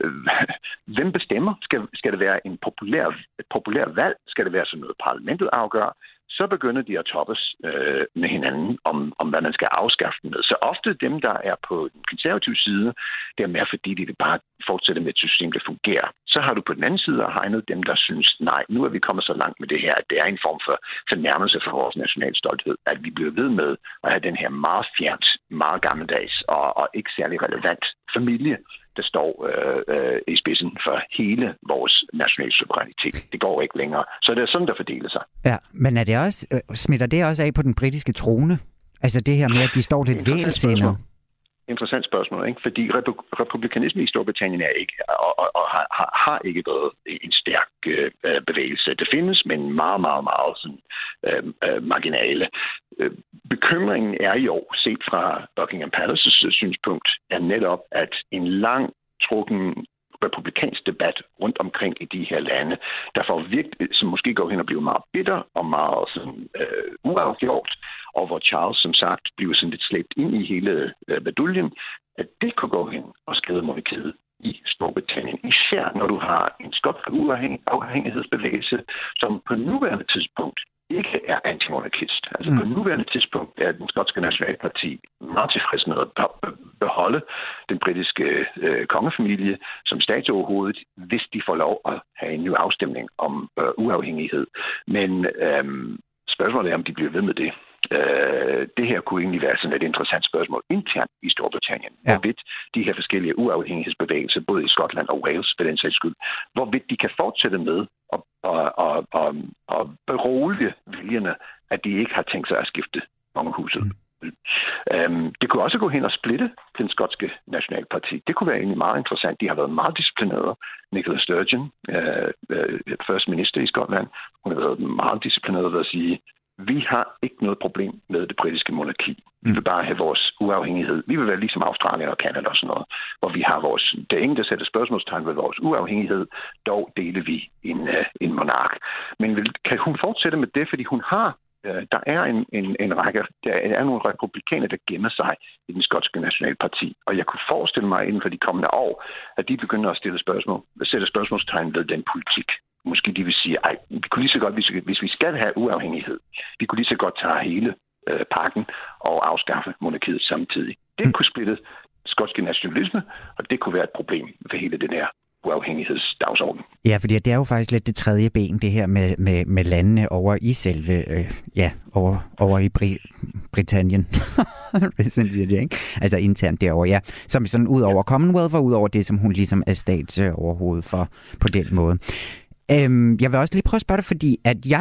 Hvem bestemmer? Skal, skal det være en populær, et populær valg? Skal det være sådan noget, parlamentet afgør? Så begynder de at toppes øh, med hinanden om, om, hvad man skal afskaffe med. Så ofte dem, der er på den konservative side, det er mere fordi, de vil bare fortsætte med et system, der fungerer. Så har du på den anden side af hegnet dem, der synes, nej, nu er vi kommet så langt med det her, at det er en form for fornærmelse for vores national stolthed, at vi bliver ved med at have den her meget fjernt, meget gammeldags og, og ikke særlig relevant familie, der står øh, øh, i spidsen for hele vores nationale suverænitet. Det går ikke længere. Så det er sådan, der fordeler sig. Ja, men er det også, øh, smitter det også af på den britiske trone? Altså det her med, at de står lidt vælsindet? Interessant spørgsmål, ikke? Fordi repu- republikanisme i Storbritannien er ikke, og, og, og har, har ikke været en stærk øh, bevægelse. Det findes, men meget, meget, meget sådan, øh, øh, marginale. Øh, bekymringen er jo, set fra Buckingham Palace's synspunkt, er netop, at en lang trukken republikansk debat rundt omkring i de her lande, der får virkelig, som måske går hen og bliver meget bitter og meget sådan, øh, uafgjort, og hvor Charles, som sagt, bliver sådan lidt slæbt ind i hele øh, baduljen, at det kunne gå hen og skade monarkiet i Storbritannien. Især når du har en skotsk uafhængighedsbevægelse, som på nuværende tidspunkt ikke er antimonarkist. Altså mm. på nuværende tidspunkt er den skotske nationalparti meget tilfreds med at beholde den britiske øh, kongefamilie som statsoverhovedet, hvis de får lov at have en ny afstemning om øh, uafhængighed. Men øh, spørgsmålet er, om de bliver ved med det. Uh, det her kunne egentlig være sådan et interessant spørgsmål internt i Storbritannien. Ja. Hvorvidt de her forskellige uafhængighedsbevægelser, både i Skotland og Wales, for den sags skyld, hvorvidt de kan fortsætte med at, at, at, at, at berolige vælgerne, at de ikke har tænkt sig at skifte kongehuset. Mm. Um, det kunne også gå hen og splitte den skotske nationalparti. Det kunne være egentlig meget interessant. De har været meget disciplineret. Nicola Sturgeon, uh, uh, første minister i Skotland, hun har været meget disciplineret ved at sige, vi har ikke noget problem med det britiske monarki. Vi vil bare have vores uafhængighed. Vi vil være ligesom Australien og Canada og sådan noget, hvor vi har vores... Der er ingen, der sætter spørgsmålstegn ved vores uafhængighed. Dog deler vi en, uh, en monark. Men vil, kan hun fortsætte med det, fordi hun har... Uh, der er en, en, en række... Der er nogle republikaner, der gemmer sig i den skotske nationalparti. Og jeg kunne forestille mig inden for de kommende år, at de begynder at stille spørgsmål, sætte spørgsmålstegn ved den politik. Måske de vil sige, ej, vi kunne lige så godt, hvis, hvis vi skal have uafhængighed, vi kunne lige så godt tage hele øh, pakken og afskaffe monarkiet samtidig. Det mm. kunne splitte skotske nationalisme, og det kunne være et problem for hele den her uafhængighedsdagsorden. Ja, fordi det er jo faktisk lidt det tredje ben, det her med, med, med landene over i selve, øh, ja, over, over i Bri- Britannien. Hvis man siger det, ikke? Altså internt derovre, ja. Som sådan ud over Commonwealth og ud over det, som hun ligesom er statsoverhoved for på den måde. Øhm, jeg vil også lige prøve at spørge dig, fordi at jeg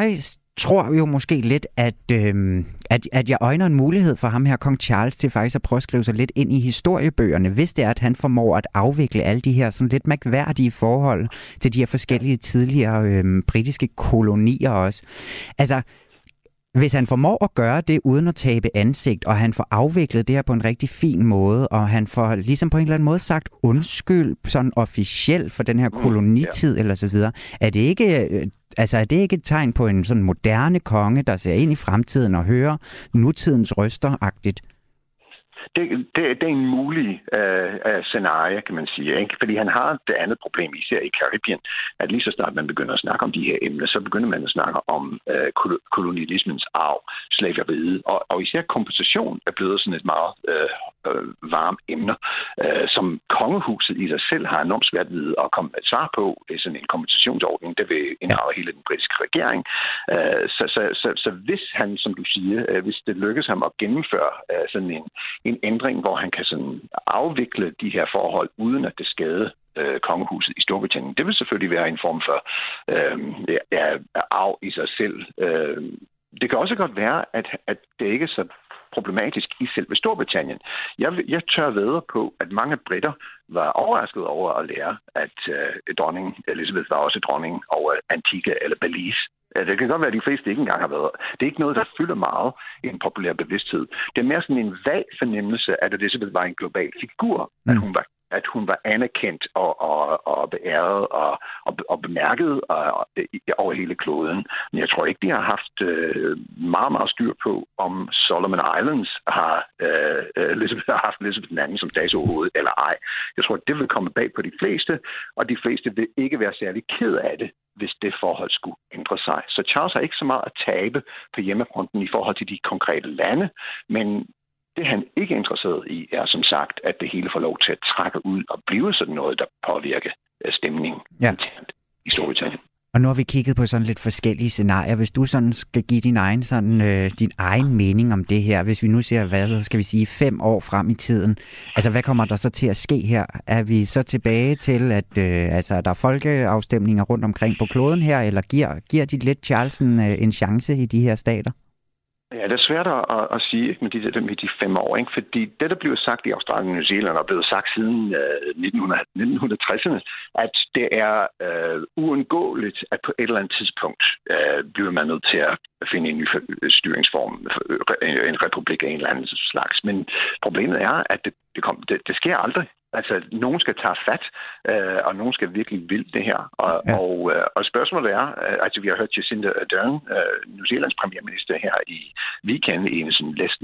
tror jo måske lidt, at, øhm, at, at jeg øjner en mulighed for ham her, kong Charles, til faktisk at prøve at skrive sig lidt ind i historiebøgerne, hvis det er, at han formår at afvikle alle de her sådan lidt mærkværdige forhold til de her forskellige tidligere øhm, britiske kolonier også. Altså, hvis han formår at gøre det uden at tabe ansigt, og han får afviklet det her på en rigtig fin måde, og han får ligesom på en eller anden måde sagt undskyld sådan officielt for den her kolonitid mm, ja. eller så videre, er det ikke altså er det ikke et tegn på en sådan moderne konge, der ser ind i fremtiden og hører nutidens røster-agtigt? Det, det, det er en mulig uh, scenarie, kan man sige. Ikke? Fordi han har det andet problem, især i Karibien, at lige så snart man begynder at snakke om de her emner, så begynder man at snakke om uh, kolonialismens arv, slaveriet, og, og især kompensation er blevet sådan et meget uh, uh, varmt emne, uh, som kongehuset i sig selv har enormt svært ved at komme et svar på. Det er sådan en kompensationsordning, der vil inddrage hele den britiske regering. Uh, så, så, så, så hvis han, som du siger, uh, hvis det lykkes ham at gennemføre uh, sådan en en ændring, hvor han kan sådan afvikle de her forhold, uden at det skade øh, kongehuset i Storbritannien. Det vil selvfølgelig være en form for øh, ja, arv i sig selv. Øh, det kan også godt være, at, at det ikke er så problematisk i selve Storbritannien. Jeg, jeg tør vædre på, at mange britter var overrasket over at lære, at øh, dronning Elizabeth var også dronning over Antigua eller Belize. Det kan godt være, at de fleste ikke engang har været. Det er ikke noget, der fylder meget i en populær bevidsthed. Det er mere sådan en vag fornemmelse, at Elizabeth var en global figur, mm. at hun var at hun var anerkendt og, og, og beæret og, og, og bemærket og, og, over hele kloden. Men jeg tror ikke, de har haft øh, meget, meget styr på, om Solomon Islands har, øh, Elizabeth, har haft Elizabeth den anden som statsoverhoved eller ej. Jeg tror, det vil komme bag på de fleste, og de fleste vil ikke være særlig ked af det, hvis det forhold skulle ændre sig. Så Charles har ikke så meget at tabe på hjemmefronten i forhold til de konkrete lande, men det han ikke er interesseret i, er som sagt, at det hele får lov til at trække ud og blive sådan noget, der påvirker stemningen ja. i Storbritannien. Og nu har vi kigget på sådan lidt forskellige scenarier. Hvis du sådan skal give din egen, sådan, øh, din egen mening om det her, hvis vi nu ser, hvad skal vi sige, fem år frem i tiden, altså hvad kommer der så til at ske her? Er vi så tilbage til, at øh, altså, der er folkeafstemninger rundt omkring på kloden her, eller giver, giver de lidt Charlesen øh, en chance i de her stater? Ja, det er svært at, at sige med de, med de fem år, ikke? Fordi det, der blev sagt i Australien og New Zealand, er blevet sagt siden øh, nitten tresserne, at det er øh, uundgåeligt, at på et eller andet tidspunkt øh, bliver man nødt til at finde en ny styringsform, en republik af en eller anden slags. Men problemet er, at det, det, kom, det, det sker aldrig. Altså, nogen skal tage fat, øh, og nogen skal virkelig vil det her. Og, ja. og, øh, og spørgsmålet er, øh, altså vi har hørt Jacinda Ardern, øh, New Zealands premierminister, her i weekenden i en sådan næsten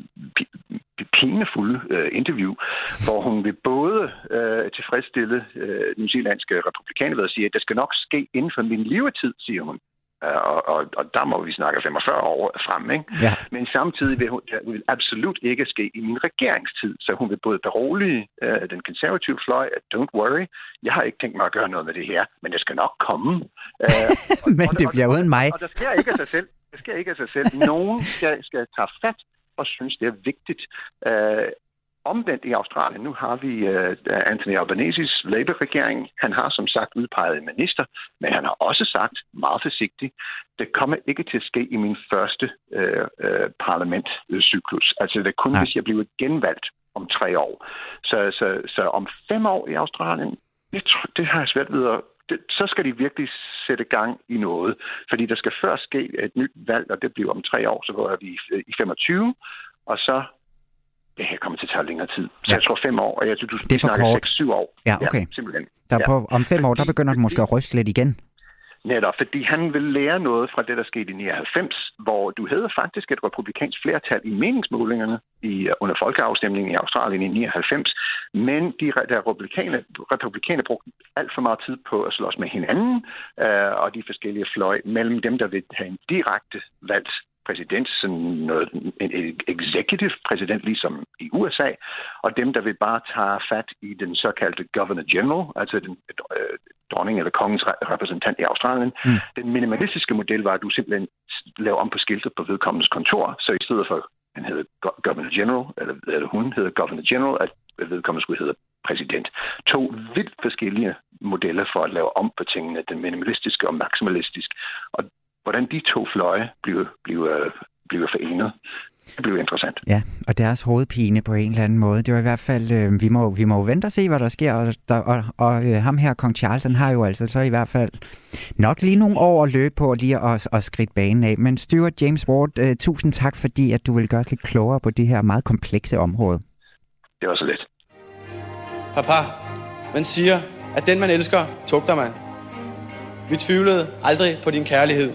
pinefuld øh, interview, hvor hun vil både øh, tilfredsstille øh, New Zealandske republikaner ved at sige, at det skal nok ske inden for min levetid, siger hun. Og, og, og der må vi snakke femogfyrre år frem, ikke? Ja. Men samtidig vil hun det vil absolut ikke ske i min regeringstid, så hun vil både berolige uh, den konservative fløj, at don't worry, jeg har ikke tænkt mig at gøre noget med det her, men det skal nok komme. Uh, men og, det bliver uden mig. Og, og, og det sker ikke af sig selv. Det sker ikke af sig selv. Nogen skal, skal tage fat og synes, det er vigtigt. Uh, Omvendt i Australien, nu har vi uh, Anthony Albanese's Labour-regering. Han har som sagt udpeget en minister, men han har også sagt meget forsigtigt, det kommer ikke til at ske i min første uh, uh, parlamentcyklus. Altså det er kun, Nej. hvis jeg bliver genvalgt om tre år. Så, så, så om fem år i Australien, det, det har jeg svært ved at Det, så skal de virkelig sætte gang i noget. Fordi der skal først ske et nyt valg, og det bliver om tre år, så går vi i femogtyve, og så det her kommer til at tage længere tid. Så ja. jeg tror fem år, og jeg tror, du det er for kort. seks syv år. Ja, okay. Ja, simpelthen. Der på, om fem år, der begynder den måske at ryste lidt igen. Netop, fordi han vil lære noget fra det, der skete i nioghalvfems, hvor du havde faktisk et republikansk flertal i meningsmålingerne i, under folkeafstemningen i Australien i nioghalvfems, men de der republikaner, republikaner brugte alt for meget tid på at slås med hinanden, øh, og de forskellige fløj mellem dem, der vil have en direkte valgt præsident, sådan noget, en executive præsident, ligesom i U S A, og dem, der vil bare tage fat i den såkaldte governor general, altså den øh, dronning eller kongens repræsentant i Australien. Mm. Den minimalistiske model var, at du simpelthen laver om på skiltet på vedkommendes kontor, så i stedet for, han hedder governor general, eller, eller hun hedder governor general, at vedkommende skulle hedde præsident. To vildt forskellige modeller for at lave om på tingene, den minimalistiske og maksimalistiske. Og hvordan de to fløje bliver, bliver, bliver forenet. Det bliver interessant. Ja, og deres hovedpine på en eller anden måde. Det var i hvert fald, øh, vi, må, vi må vente og se, hvad der sker. Og, der, og, og øh, ham her, Kong Charles, han har jo altså så i hvert fald nok lige nogle år at løbe på lige at, at skridte banen af. Men Stuart James Ward, øh, tusind tak, fordi at du vil gøre os lidt klogere på det her meget komplekse område. Det var så let. Papa, man siger, at den man elsker, tugter man. Vi tvivlede aldrig på din kærlighed.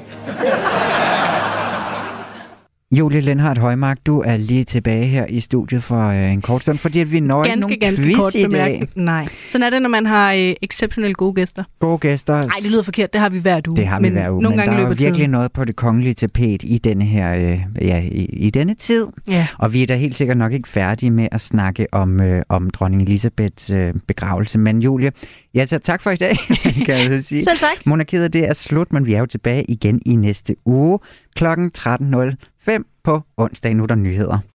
Julie Lenhardt Højmark, du er lige tilbage her i studiet for øh, en kort stund, fordi at vi når ganske, nogle ganske quiz kort i dag. Nej. Sådan er det, når man har øh, exceptionelt gode gæster. Gode gæster. Nej, det lyder forkert. Det har vi hver uge. Det har vi men hver uge, nogle men gange der er jo virkelig tiden. noget på det kongelige tapet i denne her, øh, ja, i, i denne tid. Ja. Og vi er da helt sikkert nok ikke færdige med at snakke om, øh, om dronning Elisabeths øh, begravelse. Men Julie, ja, så tak for i dag, kan jeg sige. Selv tak. Monarkiet, det er slut, men vi er jo tilbage igen i næste uge klokken tretten nul fem på onsdag. Nu er der nyheder.